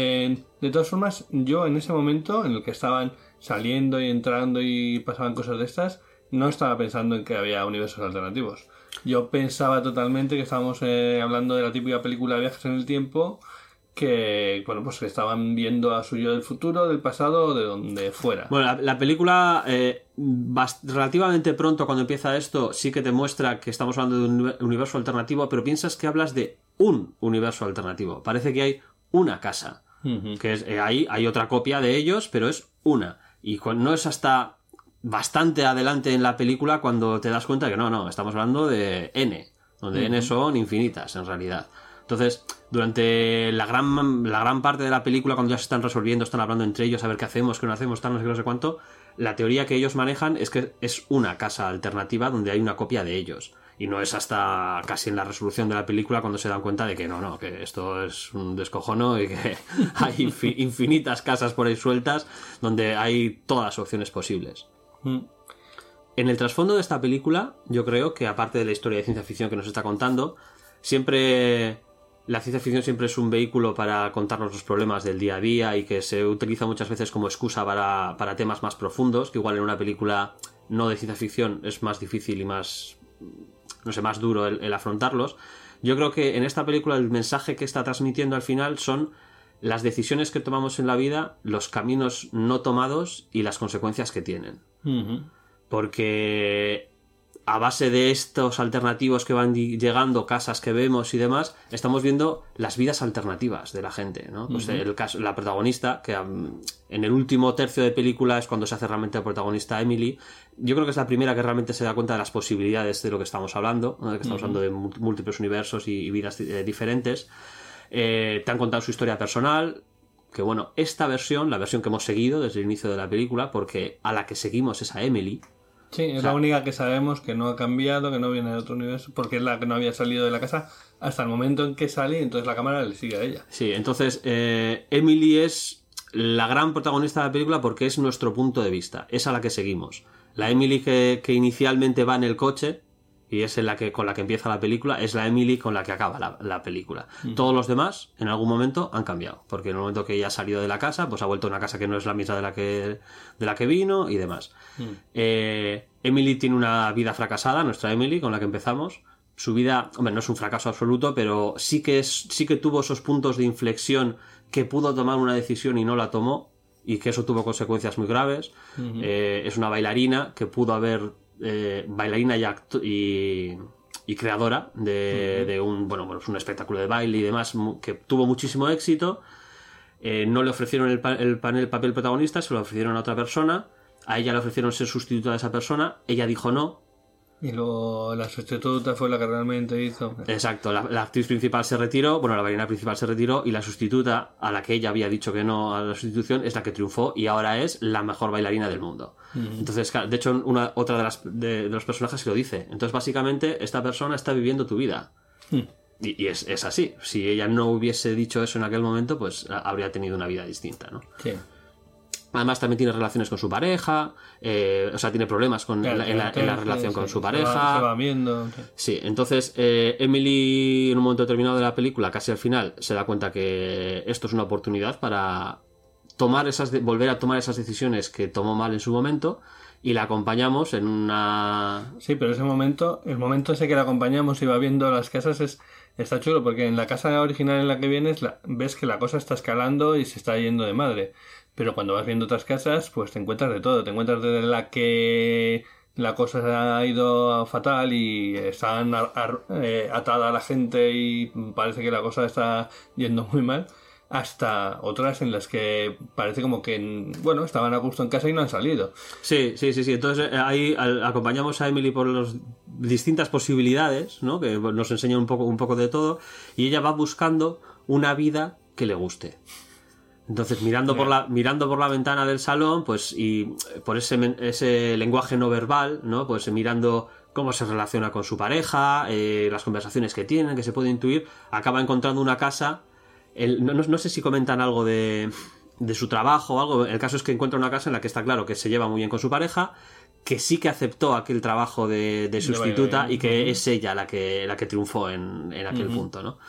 De todas formas, yo en ese momento en el que estaban saliendo y entrando y pasaban cosas de estas, no estaba pensando en que había universos alternativos. Yo pensaba totalmente que estábamos hablando de la típica película de viajes en el tiempo, que, bueno, pues que estaban viendo a su yo del futuro, del pasado o de donde fuera. Bueno, la película relativamente pronto cuando empieza esto sí que te muestra que estamos hablando de un universo alternativo, pero piensas que hablas de un universo alternativo. Parece que hay una casa, que es, ahí hay otra copia de ellos, pero es una. Y no es hasta bastante adelante en la película cuando te das cuenta que no, estamos hablando de N, donde N son infinitas en realidad. Entonces, durante la gran parte de la película, cuando ya se están resolviendo, están hablando entre ellos a ver qué hacemos, qué no hacemos, tal, no sé qué, no sé cuánto, la teoría que ellos manejan es que es una casa alternativa donde hay una copia de ellos. Y no es hasta casi en la resolución de la película cuando se dan cuenta de que no, que esto es un descojono y que hay infinitas casas por ahí sueltas donde hay todas las opciones posibles. En el trasfondo de esta película, yo creo que aparte de la historia de ciencia ficción que nos está contando, la ciencia ficción siempre es un vehículo para contarnos los problemas del día a día y que se utiliza muchas veces como excusa para temas más profundos, que igual en una película no de ciencia ficción es más difícil y más duro el afrontarlos. Yo creo que en esta película el mensaje que está transmitiendo al final son las decisiones que tomamos en la vida, los caminos no tomados y las consecuencias que tienen. Porque a base de estos alternativos que van llegando, casas que vemos y demás, estamos viendo las vidas alternativas de la gente, ¿no? Pues la protagonista, que en el último tercio de película es cuando se hace realmente protagonista Emily. Yo creo que es la primera que realmente se da cuenta de las posibilidades de lo que estamos hablando, ¿no? De que estamos hablando de múltiples universos y vidas diferentes. Te han contado su historia personal, que bueno, esta versión, la versión que hemos seguido desde el inicio de la película, porque a la que seguimos es a Emily. Sí, es la única que sabemos que no ha cambiado, que no viene de otro universo, porque es la que no había salido de la casa hasta el momento en que sale, y entonces la cámara le sigue a ella. Sí, entonces Emily es la gran protagonista de la película porque es nuestro punto de vista, es a la que seguimos. La Emily que inicialmente va en el coche y es con la que empieza la película, es la Emily con la que acaba la película. Todos los demás en algún momento han cambiado, porque en el momento que ella ha salido de la casa, pues ha vuelto a una casa que no es la misma de la que vino y demás. Emily tiene una vida fracasada, nuestra Emily con la que empezamos. Su vida, hombre, no es un fracaso absoluto, pero sí que tuvo esos puntos de inflexión que pudo tomar una decisión y no la tomó, y que eso tuvo consecuencias muy graves. Es una bailarina que pudo haber bailarina y creadora de un espectáculo de baile y demás que tuvo muchísimo éxito. No le ofrecieron el papel protagonista, se lo ofrecieron a otra persona. A ella le ofrecieron ser sustituta de esa persona, ella dijo no. Y luego la sustituta fue la que realmente hizo. Exacto, la actriz principal se retiró, la bailarina principal se retiró, y la sustituta, a la que ella había dicho que no a la sustitución, es la que triunfó y ahora es la mejor bailarina del mundo. Entonces, de hecho, otra de los personajes lo dice. Entonces, básicamente, esta persona está viviendo tu vida. Y es así. Si ella no hubiese dicho eso en aquel momento, pues habría tenido una vida distinta, ¿no? Sí. Además también tiene relaciones con su pareja, o sea, tiene problemas en la relación con su pareja. Se va viendo. Sí, entonces Emily en un momento determinado de la película, casi al final, se da cuenta que esto es una oportunidad para volver a tomar esas decisiones que tomó mal en su momento, y la acompañamos en una... Sí, pero el momento ese que la acompañamos y va viendo las casas está chulo, porque en la casa original en la que vienes ves que la cosa está escalando y se está yendo de madre. Pero cuando vas viendo otras casas, pues te encuentras de todo. Te encuentras de la que la cosa ha ido fatal y están atada a la gente y parece que la cosa está yendo muy mal, hasta otras en las que parece como que, bueno, estaban a gusto en casa y no han salido. Sí. Entonces ahí acompañamos a Emily por las distintas posibilidades, ¿no? Que nos enseña un poco de todo, y ella va buscando una vida que le guste. Entonces, mirando por la ventana del salón, pues, y por ese lenguaje no verbal, ¿no? Pues mirando cómo se relaciona con su pareja, las conversaciones que tienen, que se puede intuir, acaba encontrando una casa. No sé si comentan algo de su trabajo o algo. El caso es que encuentra una casa en la que está claro que se lleva muy bien con su pareja, que sí que aceptó aquel trabajo de sustituta, y que es ella la que triunfó en aquel punto, ¿no?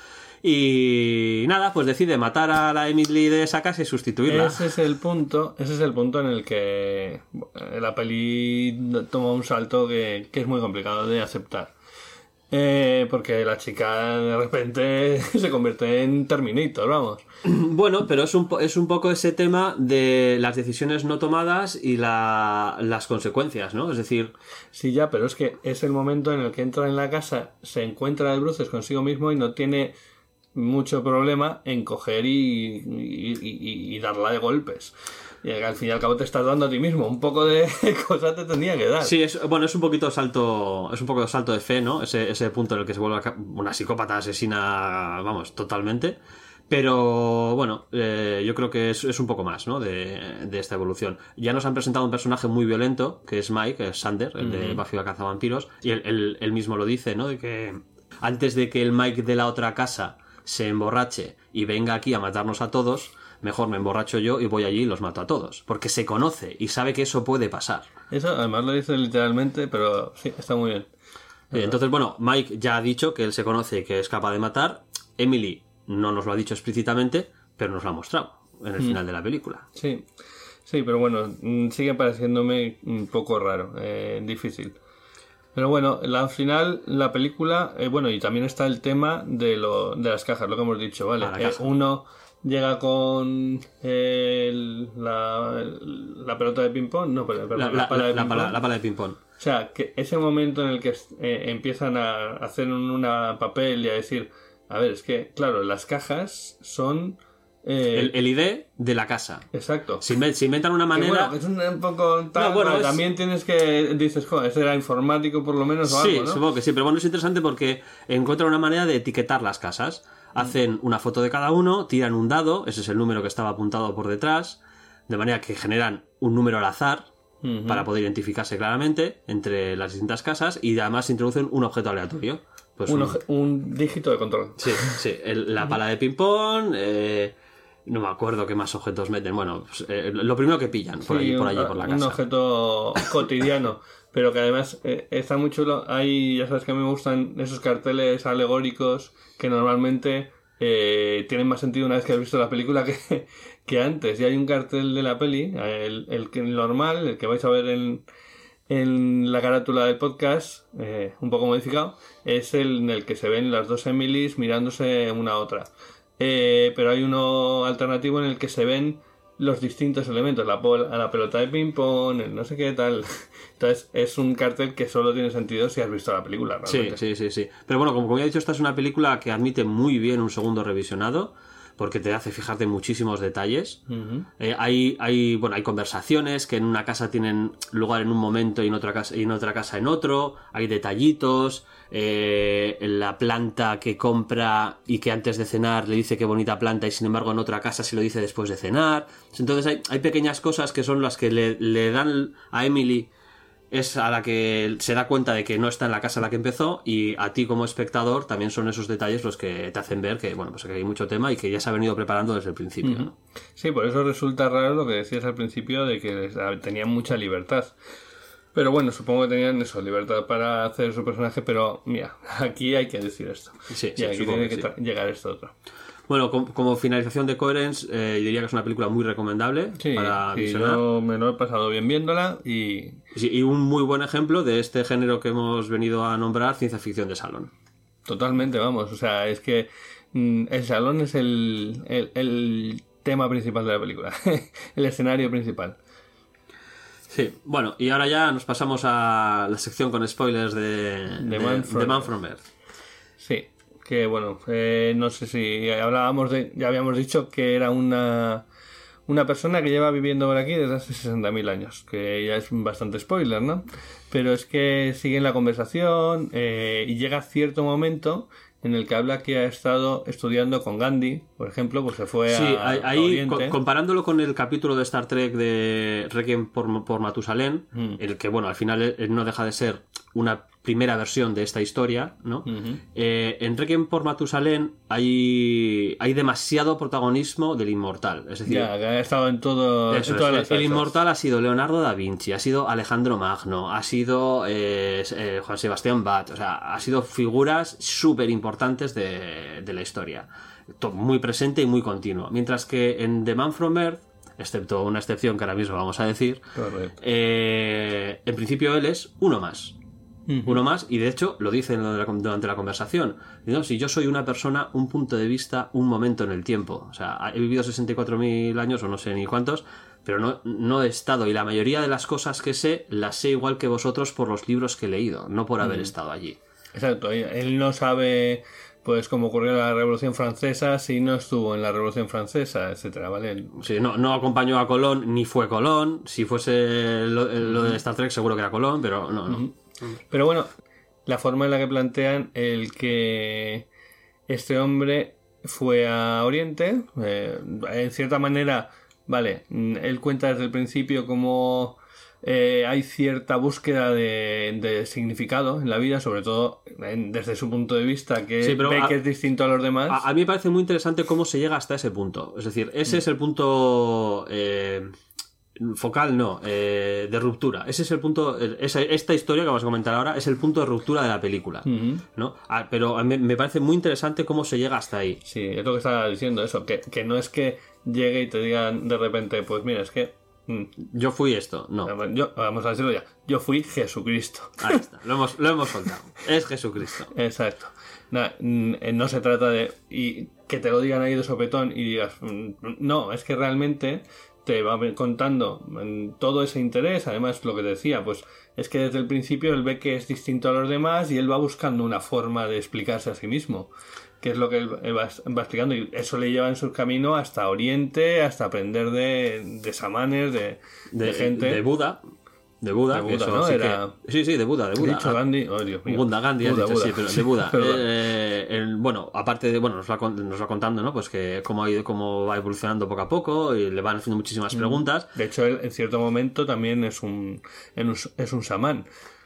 Y nada, pues decide matar a la Emily de esa casa y sustituirla. Ese es el punto en el que la peli toma un salto que es muy complicado de aceptar. Porque la chica de repente se convierte en Terminator, vamos. Bueno, pero es un poco ese tema de las decisiones no tomadas y las consecuencias, ¿no? Es decir... Sí, ya, pero es que es el momento en el que entra en la casa, se encuentra de bruces consigo mismo y no tiene mucho problema en coger y darla de golpes. Y al fin y al cabo te estás dando a ti mismo un poco de cosas te tendría que dar. Sí, es un poquito salto de fe, ¿no? Ese punto en el que se vuelve una psicópata asesina, vamos, totalmente. Pero bueno, yo creo que es un poco más, ¿no? De esta evolución. Ya nos han presentado un personaje muy violento, que es Mike, que es Sander, el de Buffy la cazavampiros, y él mismo lo dice, ¿no? De que antes de que el Mike de la otra casa se emborrache y venga aquí a matarnos a todos, mejor me emborracho yo y voy allí y los mato a todos. Porque se conoce y sabe que eso puede pasar. Eso además lo dice literalmente, pero sí, está muy bien. Entonces, bueno, Mike ya ha dicho que él se conoce y que es capaz de matar. Emily no nos lo ha dicho explícitamente, pero nos lo ha mostrado en el final de la película. Sí, pero bueno, sigue pareciéndome un poco raro, difícil. Pero bueno, al final la película, bueno, y también está el tema de las cajas, lo que hemos dicho, ¿vale? Uno llega con la pelota de ping-pong, no, la pala de ping-pong. O sea, que ese momento en el que empiezan a hacer un papel y a decir, a ver, es que, claro, las cajas son... el ID de la casa. Exacto. Se inventan una manera... Bueno, es un poco tal, también tienes que... Dices, joder, ese era informático por lo menos o algo, ¿no? Sí, supongo que sí, pero bueno, es interesante porque encuentran una manera de etiquetar las casas. Hacen una foto de cada uno, tiran un dado, ese es el número que estaba apuntado por detrás, de manera que generan un número al azar para poder identificarse claramente entre las distintas casas, y además introducen un objeto aleatorio. Pues un dígito de control. Sí, la pala de ping-pong... no me acuerdo qué más objetos meten. Bueno, pues, lo primero que pillan por allí por la casa. Un objeto cotidiano, pero que además está muy chulo. Ya sabes que a mí me gustan esos carteles alegóricos que normalmente tienen más sentido una vez que has visto la película que antes. Y hay un cartel de la peli, el normal, el que vais a ver en la carátula del podcast, un poco modificado, es el en el que se ven las dos Emilys mirándose una a otra. Pero hay uno alternativo en el que se ven los distintos elementos, la pelota de ping-pong, el no sé qué tal. Entonces es un cartel que solo tiene sentido si has visto la película, realmente. Sí. Pero bueno, como ya he dicho, esta es una película que admite muy bien un segundo revisionado, porque te hace fijarte en muchísimos detalles. Hay conversaciones que en una casa tienen lugar en un momento y en otra casa en otro. Hay detallitos. La planta que compra y que antes de cenar le dice qué bonita planta, y sin embargo en otra casa se lo dice después de cenar. Entonces hay pequeñas cosas que son las que le dan a Emily es a la que se da cuenta de que no está en la casa en la que empezó, y a ti como espectador también son esos detalles los que te hacen ver que, bueno, pues que hay mucho tema y que ya se ha venido preparando desde el principio, ¿no? Sí, por eso resulta raro lo que decías al principio de que tenían mucha libertad. Pero bueno, supongo que tenían eso, libertad para hacer su personaje, pero mira, aquí hay que decir esto. Sí, y aquí tiene que llegar esto otro. Bueno, como finalización de Coherence, diría que es una película muy recomendable para visionar. Yo me lo he pasado bien viéndola y un muy buen ejemplo de este género que hemos venido a nombrar, ciencia ficción de salón. Totalmente, vamos. O sea, es que el salón es el tema principal de la película, el escenario principal. Sí, bueno, y ahora ya nos pasamos a la sección con spoilers de Man from Earth. Sí. Que bueno, no sé si ya habíamos dicho que era una persona que lleva viviendo por aquí desde hace 60.000 años, que ya es bastante spoiler, ¿no? Pero es que sigue la conversación y llega cierto momento en el que habla que ha estado estudiando con Gandhi, por ejemplo, pues se fue a Oriente. Comparándolo con el capítulo de Star Trek de Requiem por Matusalén, el que, bueno, al final no deja de ser una primera versión de esta historia, ¿no? En Requiem por Matusalén hay demasiado protagonismo del inmortal, es decir, ya, que ha estado en todo. Eso, en todas las el inmortal ha sido Leonardo da Vinci, ha sido Alejandro Magno, ha sido Juan Sebastián Bach, o sea, ha sido figuras súper importantes de la historia, muy presente y muy continuo, mientras que en The Man from Earth, excepto una excepción que ahora mismo vamos a decir, en principio él es uno más. Uno más, y de hecho lo dice durante la conversación. No, si yo soy una persona, un punto de vista, un momento en el tiempo. O sea, he vivido 64.000 años o no sé ni cuántos, pero no he estado, y la mayoría de las cosas que sé las sé igual que vosotros por los libros que he leído, no por haber estado allí. Exacto, él no sabe pues cómo ocurrió la Revolución Francesa si no estuvo en la Revolución Francesa, etcétera, ¿vale? Sí, no acompañó a Colón, ni fue Colón. Si fuese lo de Star Trek seguro que era Colón, pero no. Pero bueno, la forma en la que plantean el que este hombre fue a Oriente, en cierta manera, vale, él cuenta desde el principio cómo hay cierta búsqueda de significado en la vida, sobre todo desde su punto de vista, que ve que es distinto a los demás. A mí me parece muy interesante cómo se llega hasta ese punto. Es decir, ese es el punto focal, de ruptura. Ese es el punto. Esta historia que vamos a comentar ahora es el punto de ruptura de la película, ¿no? Pero a mí me parece muy interesante cómo se llega hasta ahí. Sí, es lo que estaba diciendo, eso, que no es que llegue y te digan de repente, pues mira, es que yo fui esto, no. Vamos a decirlo ya. Yo fui Jesucristo. Ahí está, lo hemos soltado. Es Jesucristo. Exacto. No se trata de que te lo digan ahí de sopetón y digas, no, es que realmente te va contando todo ese interés. Además, lo que te decía, pues es que desde el principio él ve que es distinto a los demás y él va buscando una forma de explicarse a sí mismo, que es lo que él va explicando, y eso le lleva en su camino hasta Oriente, hasta aprender de chamanes, de gente. De Buda. De Buda, ¿no? Sí, de Buda. He dicho Gandhi, oh Dios mío. Gandhi, has dicho, sí, pero de Buda. Bueno, aparte de, nos va contando, ¿no? Pues que cómo va evolucionando poco a poco, y le van haciendo muchísimas preguntas. De hecho, él en cierto momento también es un chamán.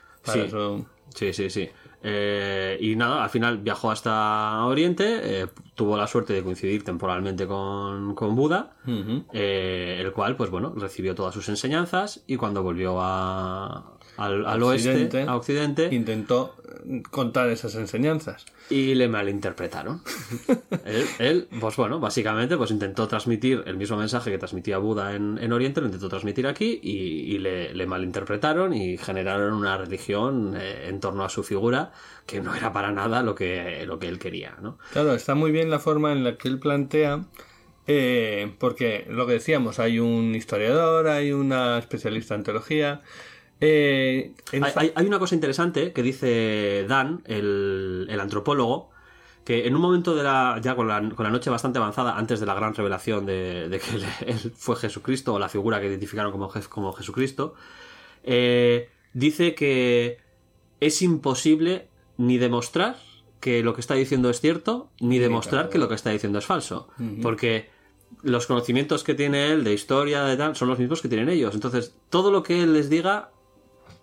Sí. Y nada, al final viajó hasta Oriente, tuvo la suerte de coincidir temporalmente con Buda, el cual, pues bueno, recibió todas sus enseñanzas, y cuando volvió al oeste, a Occidente, intentó contar esas enseñanzas. Y le malinterpretaron. él, pues bueno, básicamente pues intentó transmitir el mismo mensaje que transmitía Buda en Oriente, lo intentó transmitir aquí, y le malinterpretaron y generaron una religión en torno a su figura que no era para nada lo que él quería, ¿no? Claro, está muy bien la forma en la que él plantea, porque lo que decíamos, hay un historiador, hay una especialista en teología. Hay una cosa interesante que dice Dan, el antropólogo, que en un momento ya con la noche bastante avanzada, antes de la gran revelación de que él fue Jesucristo, o la figura que identificaron como Jesucristo, dice que es imposible ni demostrar que lo que está diciendo es cierto, ni demostrar que lo que está diciendo es falso, porque los conocimientos que tiene él de historia, de tal, son los mismos que tienen ellos. Entonces, todo lo que él les diga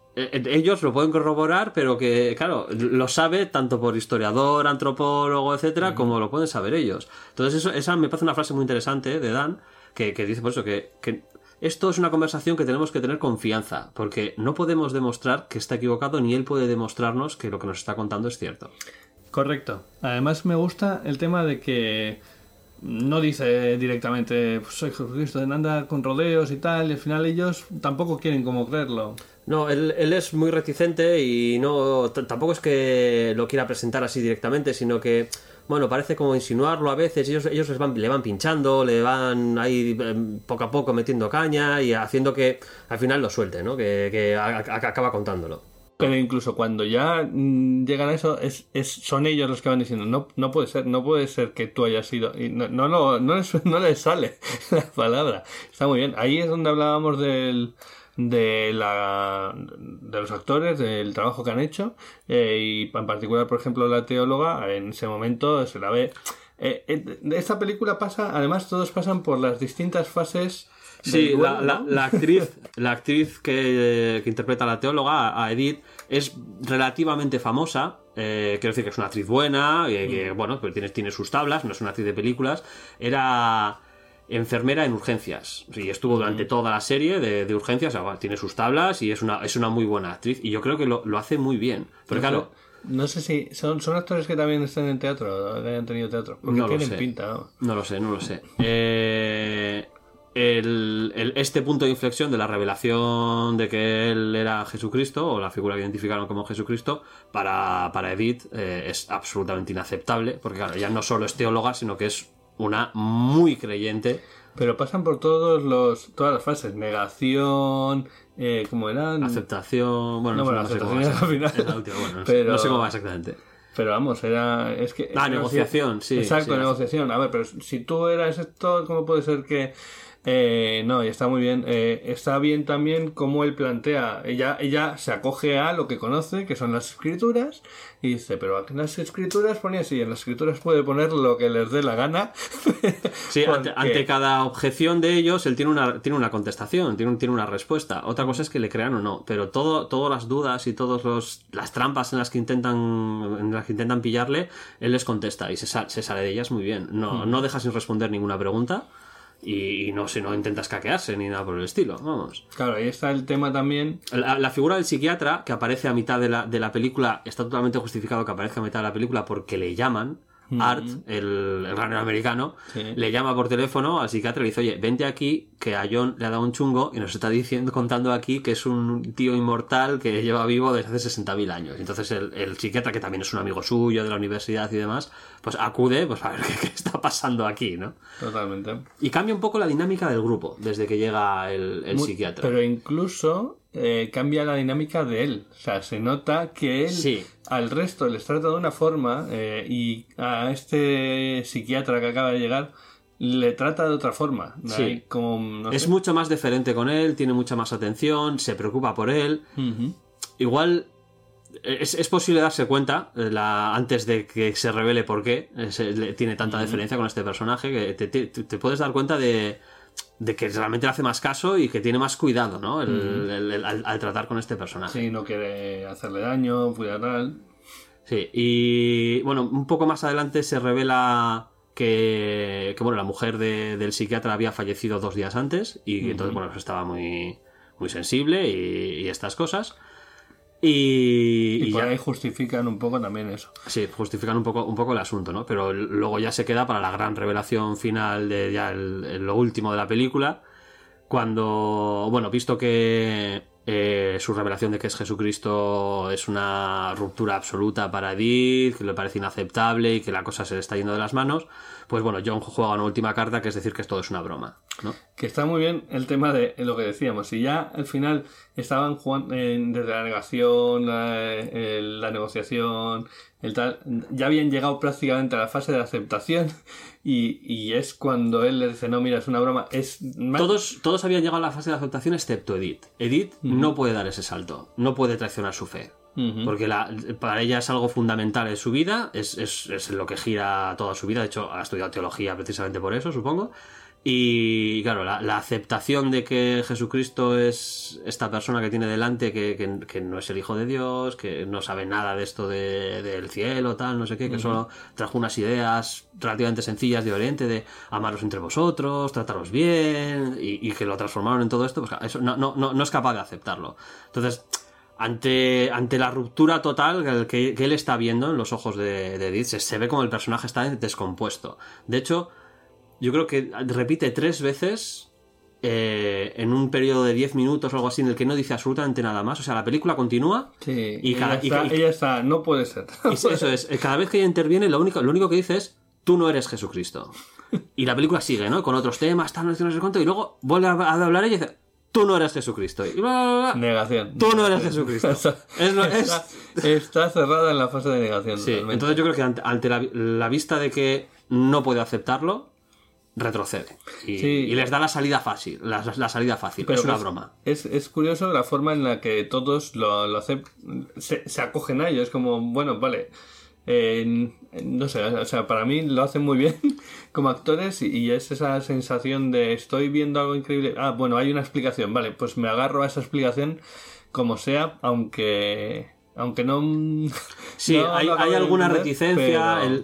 ellos lo pueden corroborar, pero que, claro, lo sabe tanto por historiador, antropólogo, etcétera, como lo pueden saber ellos. Entonces, esa me parece una frase muy interesante de Dan, que dice por eso que esto es una conversación que tenemos que tener confianza, porque no podemos demostrar que está equivocado, ni él puede demostrarnos que lo que nos está contando es cierto. Correcto. Además, me gusta el tema de que no dice directamente, pues soy Jesucristo, anda con rodeos y tal, y al final ellos tampoco quieren como creerlo. No, él es muy reticente y no tampoco es que lo quiera presentar así directamente, sino que, bueno, parece como insinuarlo a veces. Ellos le van pinchando, le van ahí poco a poco metiendo caña y haciendo que al final lo suelte, ¿no? Que acaba contándolo. Pero incluso cuando ya llegan a eso, son ellos los que van diciendo, no puede ser que tú hayas sido. Y no les sale la palabra. Está muy bien. Ahí es donde hablábamos de los actores, del trabajo que han hecho, y en particular, por ejemplo, la teóloga, en ese momento se la ve. Esta película pasa, además todos pasan por las distintas fases. Sí, duelo, ¿no? la actriz que interpreta a la teóloga, a Edith, es relativamente famosa. Quiero decir que es una actriz buena, que bueno, pues tiene sus tablas, no es una actriz de películas. Era enfermera en urgencias y estuvo durante toda la serie de urgencias. Tiene sus tablas y es una muy buena actriz, y yo creo que lo hace muy bien. Pero claro, no sé si son actores que también están en teatro, que hayan tenido teatro, porque tienen pinta, ¿no? No lo sé. Este punto de inflexión de la revelación de que él era Jesucristo, o la figura que identificaron como Jesucristo, para Edith es absolutamente inaceptable, porque claro, ella no solo es teóloga, sino que es una muy creyente. Pero pasan por todas las fases: negación, ¿cómo eran? Aceptación, bueno, no sé cómo va. Al final. Es la última, bueno, pero, no sé cómo va exactamente. Pero vamos, es que negociación, sí. Exacto, sí, negociación. A ver, pero si tú eras esto, ¿cómo puede ser que...? No, y está muy bien. Está bien también cómo él plantea. Ella se acoge a lo que conoce, que son las escrituras, y dice, pero en las escrituras ponía así, en las escrituras puede poner lo que les dé la gana. Sí, ante cada objeción de ellos, él tiene una contestación, tiene una respuesta. Otra cosa es que le crean o no, pero todas las dudas y todas las trampas en las que intentan pillarle, él les contesta y se sale de ellas muy bien. No deja sin responder ninguna pregunta. Y no intenta escaquearse ni nada por el estilo, vamos. Claro, ahí está el tema también. La figura del psiquiatra, que aparece a mitad de la película, está totalmente justificado que aparezca a mitad de la película porque le llaman. Art, el runner americano, sí, le llama por teléfono al psiquiatra y le dice, oye, vente aquí, que a John le ha dado un chungo y nos está contando aquí que es un tío inmortal que lleva vivo desde hace 60.000 años. Entonces el psiquiatra, que también es un amigo suyo de la universidad y demás, pues acude pues a ver qué está pasando aquí, ¿no? Totalmente. Y cambia un poco la dinámica del grupo desde que llega el psiquiatra. Pero incluso cambia la dinámica de él. O sea, se nota que él al resto les trata de una forma y a este psiquiatra que acaba de llegar le trata de otra forma. Sí. Es mucho más deferente con él, tiene mucha más atención, se preocupa por él. Igual es posible darse cuenta antes de que se revele por qué tiene tanta deferencia con este personaje, que te puedes dar cuenta de que realmente le hace más caso y que tiene más cuidado, ¿no? Al tratar con este personaje. Sí, no quiere hacerle daño, cuidar tal. Sí, y bueno, un poco más adelante se revela que bueno, la mujer del psiquiatra había fallecido 2 días antes y entonces, bueno, pues estaba muy, muy sensible y estas cosas. Y por ya ahí justifican un poco también eso. Sí, justifican un poco el asunto, ¿no? Pero luego ya se queda para la gran revelación final de ya lo último de la película, cuando, bueno, visto que su revelación de que es Jesucristo es una ruptura absoluta para Edith, que le parece inaceptable y que la cosa se le está yendo de las manos, pues bueno, John juega una última carta, que es decir que todo es una broma, ¿no? Que está muy bien el tema de lo que decíamos. Si ya al final estaban jugando desde la negación, la negociación, el tal, ya habían llegado prácticamente a la fase de la aceptación y es cuando él le dice, no, mira, es una broma. Todos habían llegado a la fase de la aceptación excepto Edith. Edith no puede dar ese salto, no puede traicionar su fe. Porque para ella es algo fundamental en su vida, es lo que gira toda su vida. De hecho, ha estudiado teología precisamente por eso, supongo. Y claro, la aceptación de que Jesucristo es esta persona que tiene delante, que no es el Hijo de Dios, que no sabe nada de esto del cielo, tal, no sé qué, que solo trajo unas ideas relativamente sencillas de Oriente, de amaros entre vosotros, trataros bien, y que lo transformaron en todo esto, pues eso no es capaz de aceptarlo. Entonces, ante la ruptura total que él está viendo en los ojos de Edith, se ve como el personaje está descompuesto. De hecho, yo creo que repite 3 veces en un periodo de 10 minutos o algo así en el que no dice absolutamente nada más. O sea, la película continúa y ella está, no puede ser. Eso es, cada vez que ella interviene lo único que dice es: tú no eres Jesucristo. Y la película sigue, ¿no? Con otros temas, tal, no sé cuánto, y luego vuelve a hablar ella y dice: tú no eres Jesucristo. Y bla, bla, bla. Negación. Tú no eres Jesucristo. Está cerrada en la fase de negación. Sí, totalmente. entonces yo creo que ante la vista de que no puede aceptarlo, retrocede. Y les da la salida fácil. La salida fácil. Pero es una broma. Es curioso la forma en la que todos lo aceptan, se acogen a ello. Es como, bueno, vale. No sé, o sea, para mí lo hacen muy bien como actores y es esa sensación de estoy viendo algo increíble. Ah, bueno, hay una explicación. Vale, pues me agarro a esa explicación como sea, aunque no... Sí, no hay alguna reticencia. pero...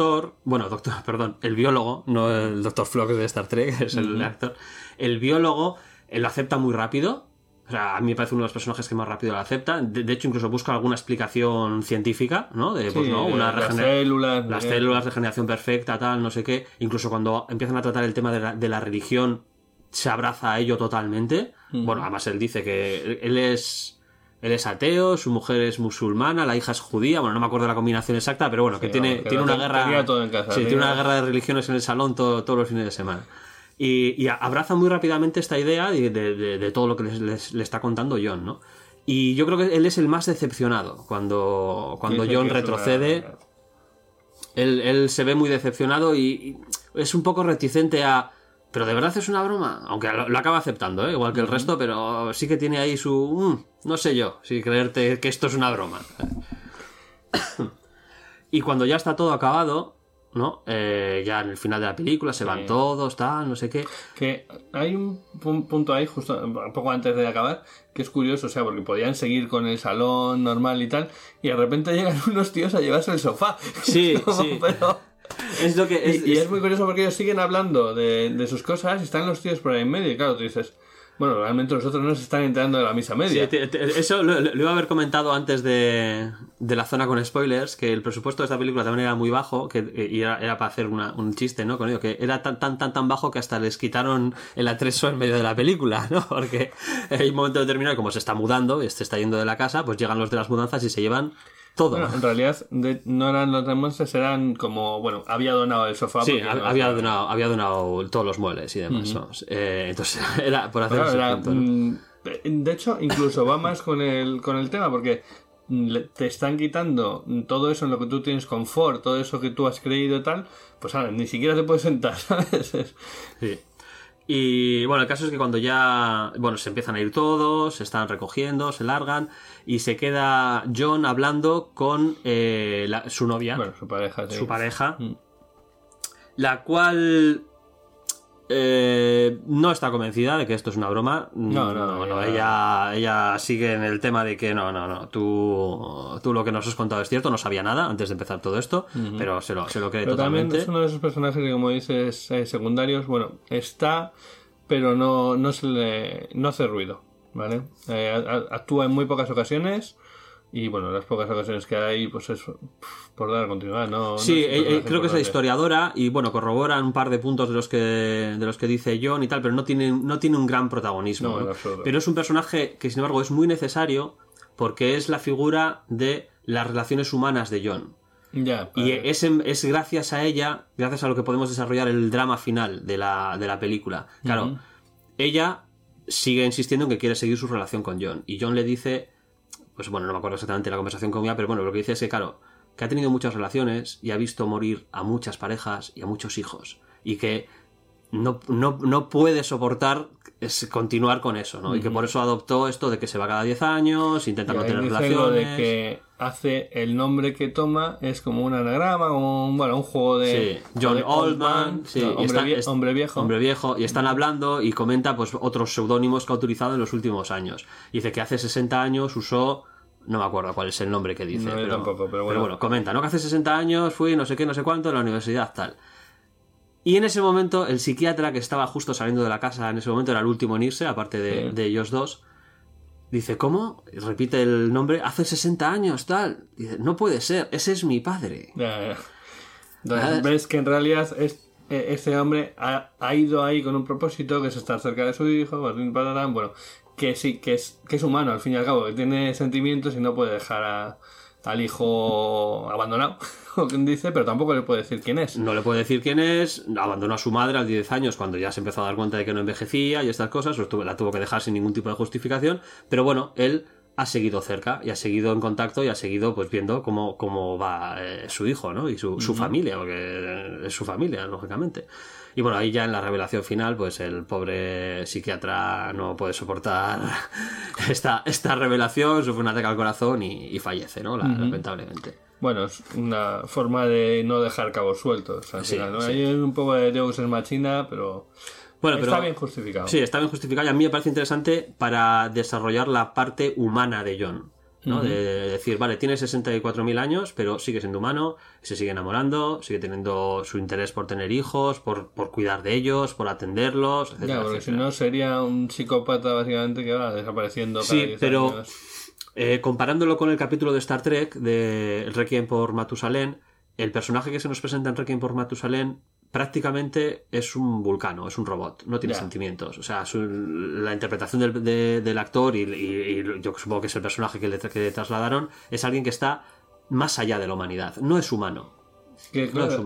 El biólogo, no el Dr. Phlox de Star Trek, es el actor. El biólogo lo acepta muy rápido. O sea, a mí me parece uno de los personajes que más rápido lo acepta. De hecho, incluso busca alguna explicación científica, ¿no? Las células de generación perfecta, tal, no sé qué. Incluso cuando empiezan a tratar el tema de la religión, se abraza a ello totalmente. Bueno, además él dice que él es ateo, su mujer es musulmana, la hija es judía, bueno, no me acuerdo de la combinación exacta, pero bueno, que tiene una guerra. Tenía todo en casa, tiene una guerra de religiones en el salón todos los fines de semana. Y abraza muy rápidamente esta idea de todo lo que le está contando John, ¿no? Y yo creo que él es el más decepcionado cuando John retrocede. Él se ve muy decepcionado y es un poco reticente a... Pero de verdad es una broma, aunque lo acaba aceptando, igual que el resto, pero sí que tiene ahí su... no sé yo, si creerte que esto es una broma. Y cuando ya está todo acabado, ¿no? Ya en el final de la película se van todos, tal, no sé qué. Que hay un punto ahí, justo un poco antes de acabar, que es curioso, o sea, porque podían seguir con el salón normal y tal, y de repente llegan unos tíos a llevarse el sofá. Sí, sí. Pero... Es lo que y es muy curioso porque ellos siguen hablando de sus cosas y están los tíos por ahí en medio y claro, tú dices, bueno, realmente los otros no se están enterando de la misa media. Sí, eso lo iba a haber comentado antes de la zona con spoilers, que el presupuesto de esta película también era muy bajo, y era para hacer un chiste, ¿no? Con ello, que era tan bajo que hasta les quitaron el atrezo en medio de la película, ¿no? Porque hay un momento determinado, como se está mudando y se está yendo de la casa, pues llegan los de las mudanzas y se llevan todo. Bueno, en realidad no eran los demonios, eran como, bueno, había donado el sofá. Sí, había donado todos los muebles y demás. ¿No? Entonces era por hacer ese punto, ¿no? De hecho, incluso va más con el tema, porque te están quitando todo eso en lo que tú tienes confort, todo eso que tú has creído y tal, pues ahora ni siquiera te puedes sentar, ¿sabes? Sí. Y bueno, el caso es que cuando ya se empiezan a ir todos, se están recogiendo, se largan y se queda John hablando con su novia, su pareja, sí. Su pareja, la cual no está convencida de que esto es una broma. No, ella sigue en el tema de que no, tú lo que nos has contado es cierto, no sabía nada antes de empezar todo esto, pero se lo cree pero totalmente. También es uno de esos personajes que, como dices, secundarios, bueno, está, pero no hace ruido, ¿vale? Actúa en muy pocas ocasiones. Y bueno, las pocas ocasiones que hay, pues es por dar a continuar, ¿no? Sí, creo que es la historiadora y bueno, corrobora un par de puntos de los que dice John y tal, pero no tiene un gran protagonismo. No, pero es un personaje que sin embargo es muy necesario porque es la figura de las relaciones humanas de John. Ya, y es gracias a ella, gracias a lo que podemos desarrollar el drama final de la película. Claro, ella sigue insistiendo en que quiere seguir su relación con John y John le dice... Pues bueno, no me acuerdo exactamente la conversación con ella, pero bueno, lo que dice es que, claro, que ha tenido muchas relaciones y ha visto morir a muchas parejas y a muchos hijos. Y que no puede soportar continuar con eso, ¿no? Y que por eso adoptó esto de que se va cada 10 años, intenta no tener relaciones. Lo de que hace el nombre que toma es como un anagrama, como un juego de... Sí, John Oldman, sí, hombre viejo. Hombre viejo, y están hablando y comenta pues otros seudónimos que ha utilizado en los últimos años. Y dice que hace 60 años usó... No me acuerdo cuál es el nombre que dice. No, pero, tampoco, pero bueno, comenta, ¿no? Que hace 60 años fui no sé qué, no sé cuánto en la universidad, tal. Y en ese momento, el psiquiatra que estaba justo saliendo de la casa, en ese momento era el último en irse, aparte de ellos dos, dice, ¿cómo? Y repite el nombre, hace 60 años, tal. Dice, no puede ser, ese es mi padre. Ya. Entonces, ves que en realidad este hombre ha ido ahí con un propósito, que es estar cerca de su hijo, bueno, que sí, que es humano al fin y al cabo, que tiene sentimientos y no puede dejar al hijo abandonado, o quien dice, pero tampoco le puede decir quién es. No le puede decir quién es, abandonó a su madre a los 10 años cuando ya se empezó a dar cuenta de que no envejecía y estas cosas, la tuvo que dejar sin ningún tipo de justificación, pero bueno, él ha seguido cerca y ha seguido en contacto y ha seguido pues viendo cómo va su hijo, ¿no? Y su familia, porque es su familia, lógicamente. Y bueno, ahí ya en la revelación final, pues el pobre psiquiatra no puede soportar esta revelación, sufre un ataque al corazón y fallece, ¿no? Lamentablemente. Bueno, es una forma de no dejar cabos sueltos al final, ¿no? Sí. Hay un poco de Deus Ex Machina, pero... Bueno, está bien justificado. Sí, está bien justificado y a mí me parece interesante para desarrollar la parte humana de John, ¿no? De decir, vale, tiene 64.000 años, pero sigue siendo humano, se sigue enamorando, sigue teniendo su interés por tener hijos, por cuidar de ellos, por atenderlos, etcétera. Claro, porque si no sería un psicópata básicamente que va desapareciendo cada 10 pero años. Comparándolo con el capítulo de Star Trek de Requiem por Matusalén, el personaje que se nos presenta en Requiem por Matusalén prácticamente es un vulcano, es un robot, no tiene sentimientos. O sea, la interpretación del actor y yo supongo que es el personaje que le trasladaron, es alguien que está más allá de la humanidad, no es humano. Que, claro, no es humano.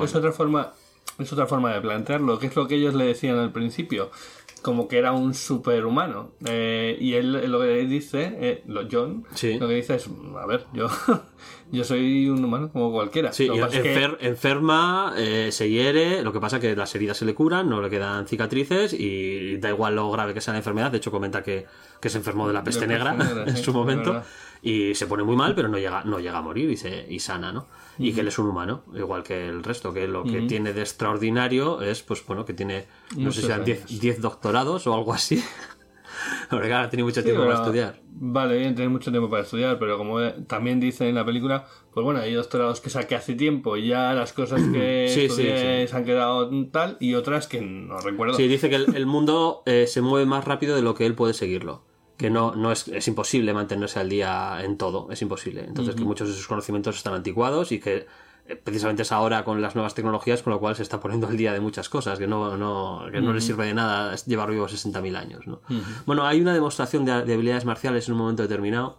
Es otra forma de plantearlo, que es lo que ellos le decían al principio, como que era un superhumano. Y él lo que dice, John, lo que dice es, a ver, yo soy un humano como cualquiera. Sí, enferma, se hiere, lo que pasa es que las heridas se le curan, no le quedan cicatrices y da igual lo grave que sea la enfermedad. De hecho comenta que se enfermó de la peste negra en su momento y se pone muy mal, pero no llega a morir y sana, ¿no? Y que él es un humano, igual que el resto, que lo que tiene de extraordinario es, pues bueno, que tiene, no sé si eran 10 doctorados o algo así. Porque claro, tiene mucho tiempo para estudiar. Vale, bien, tiene mucho tiempo para estudiar, pero como también dice en la película, pues bueno, hay doctorados que saqué hace tiempo y ya las cosas que estudié se han quedado tal, y otras que no recuerdo. Sí, dice que el mundo se mueve más rápido de lo que él puede seguirlo. Que no es imposible mantenerse al día en todo, es imposible. Entonces que muchos de sus conocimientos están anticuados y que precisamente es ahora con las nuevas tecnologías con lo cual se está poniendo al día de muchas cosas, que no le sirve de nada llevar vivo 60.000 años, ¿no? Bueno, hay una demostración de habilidades marciales en un momento determinado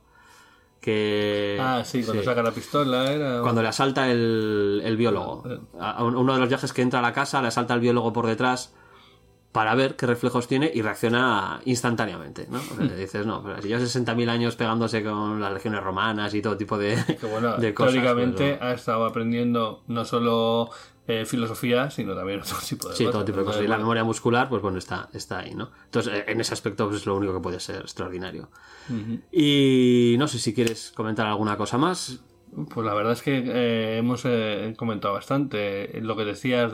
que... Ah, sí, cuando saca la pistola era... Cuando le asalta el biólogo. A uno de los viajes que entra a la casa, le asalta el biólogo por detrás para ver qué reflejos tiene y reacciona instantáneamente, ¿no? O sea, dices, no, pero si lleva 60.000 años pegándose con las legiones romanas y todo tipo de cosas. Teóricamente pues, ha estado aprendiendo no solo filosofía, sino también otro tipo de cosas. Sí, todo tipo de cosas. Y la memoria muscular, pues bueno, está ahí, ¿no? Entonces, en ese aspecto pues, es lo único que puede ser extraordinario. Y no sé si quieres comentar alguna cosa más. Pues la verdad es que hemos comentado bastante. Lo que decías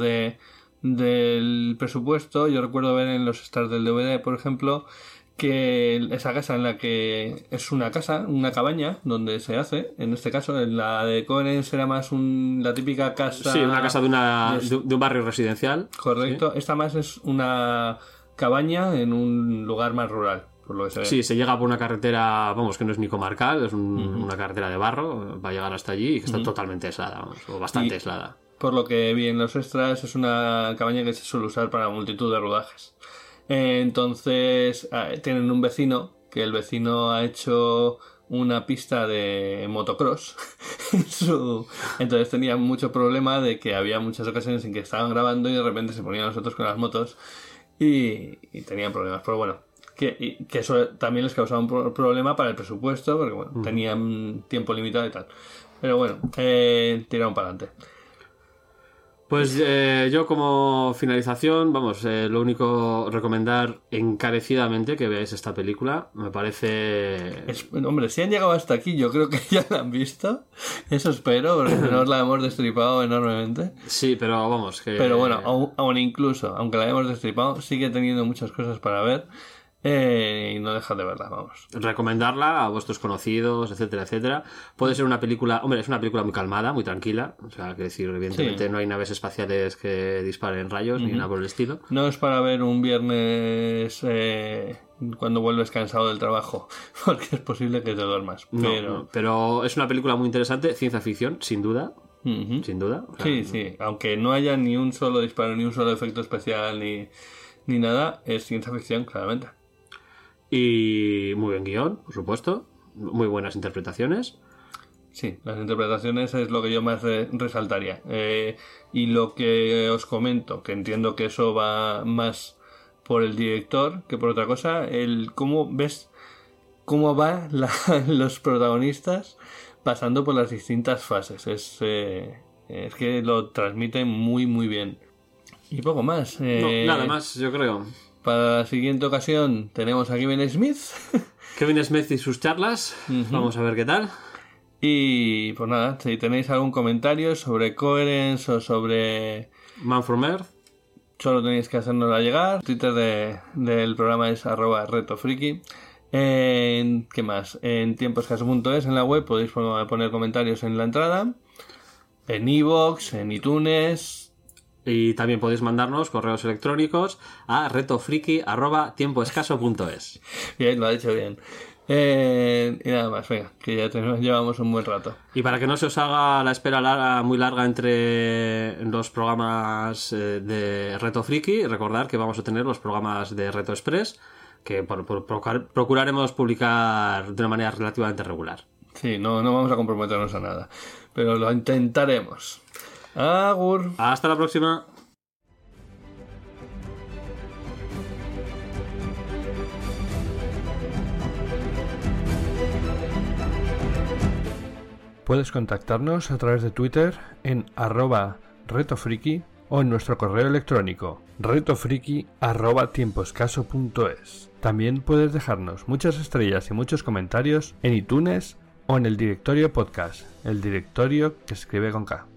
del presupuesto, yo recuerdo ver en los stars del DVD, por ejemplo, que esa casa en la que es una cabaña donde se hace, en este caso en la de Cohen era más la típica casa, sí, una casa de un barrio residencial, correcto, sí. Esta más es una cabaña en un lugar más rural, por lo que se ve. Sí, se llega por una carretera, vamos, que no es ni comarcal, es una carretera de barro, va a llegar hasta allí y que está totalmente aislada, vamos, o bastante aislada. Por lo que vi en los extras, es una cabaña que se suele usar para multitud de rodajes. Entonces, tienen un vecino, que el vecino ha hecho una pista de motocross. Entonces tenía mucho problema de que había muchas ocasiones en que estaban grabando y de repente se ponían nosotros con las motos y tenían problemas. Pero bueno, que eso también les causaba un problema para el presupuesto, porque bueno, tenían tiempo limitado y tal. Pero bueno, tiraron para adelante. Pues yo como finalización, vamos, lo único recomendar encarecidamente que veáis esta película. Me parece... Hombre, si han llegado hasta aquí, yo creo que ya la han visto. Eso espero, porque no os la hemos destripado enormemente. Sí, pero vamos, que... Pero bueno, aún incluso, aunque la hayamos destripado, sigue teniendo muchas cosas para ver. Y no deja de verla, vamos. Recomendarla a vuestros conocidos, etcétera, etcétera. Puede ser una película... Hombre, es una película muy calmada, muy tranquila. O sea, que decir, evidentemente no hay naves espaciales que disparen rayos ni nada por el estilo. No es para ver un viernes cuando vuelves cansado del trabajo, porque es posible que te duermas. Pero es una película muy interesante, ciencia ficción, sin duda. Sin duda. O sea, sí. Aunque no haya ni un solo disparo, ni un solo efecto especial, ni nada, es ciencia ficción, claramente. Y muy buen guión, por supuesto. Muy buenas interpretaciones. Sí, las interpretaciones es lo que yo más resaltaría. Y lo que os comento, que entiendo que eso va más por el director que por otra cosa, cómo ves cómo van los protagonistas pasando por las distintas fases. Es que lo transmiten muy, muy bien. Y poco más. Nada más, yo creo. Para la siguiente ocasión tenemos a Kevin Smith. Kevin Smith y sus charlas. Vamos a ver qué tal. Y pues nada, si tenéis algún comentario sobre Coherence o sobre Man from Earth, solo tenéis que hacérnosla llegar. Twitter del programa es @retofriki. ¿Qué más? En tiemposcaso.es en la web podéis poner comentarios en la entrada. En iVoox, en iTunes. Y también podéis mandarnos correos electrónicos a retofriki@tiempoescaso.es. Bien, lo ha dicho bien. Y nada más, venga, que ya llevamos un buen rato. Y para que no se os haga la espera muy larga entre los programas de Reto Friki, recordad que vamos a tener los programas de Reto Express, que procuraremos publicar de una manera relativamente regular. Sí, no vamos a comprometernos a nada, pero lo intentaremos. Agur. Hasta la próxima. Puedes contactarnos a través de Twitter en @retofriki o en nuestro correo electrónico retofriki@tiemposcaso.es. También puedes dejarnos muchas estrellas y muchos comentarios en iTunes o en el directorio podcast, el directorio que se escribe con K.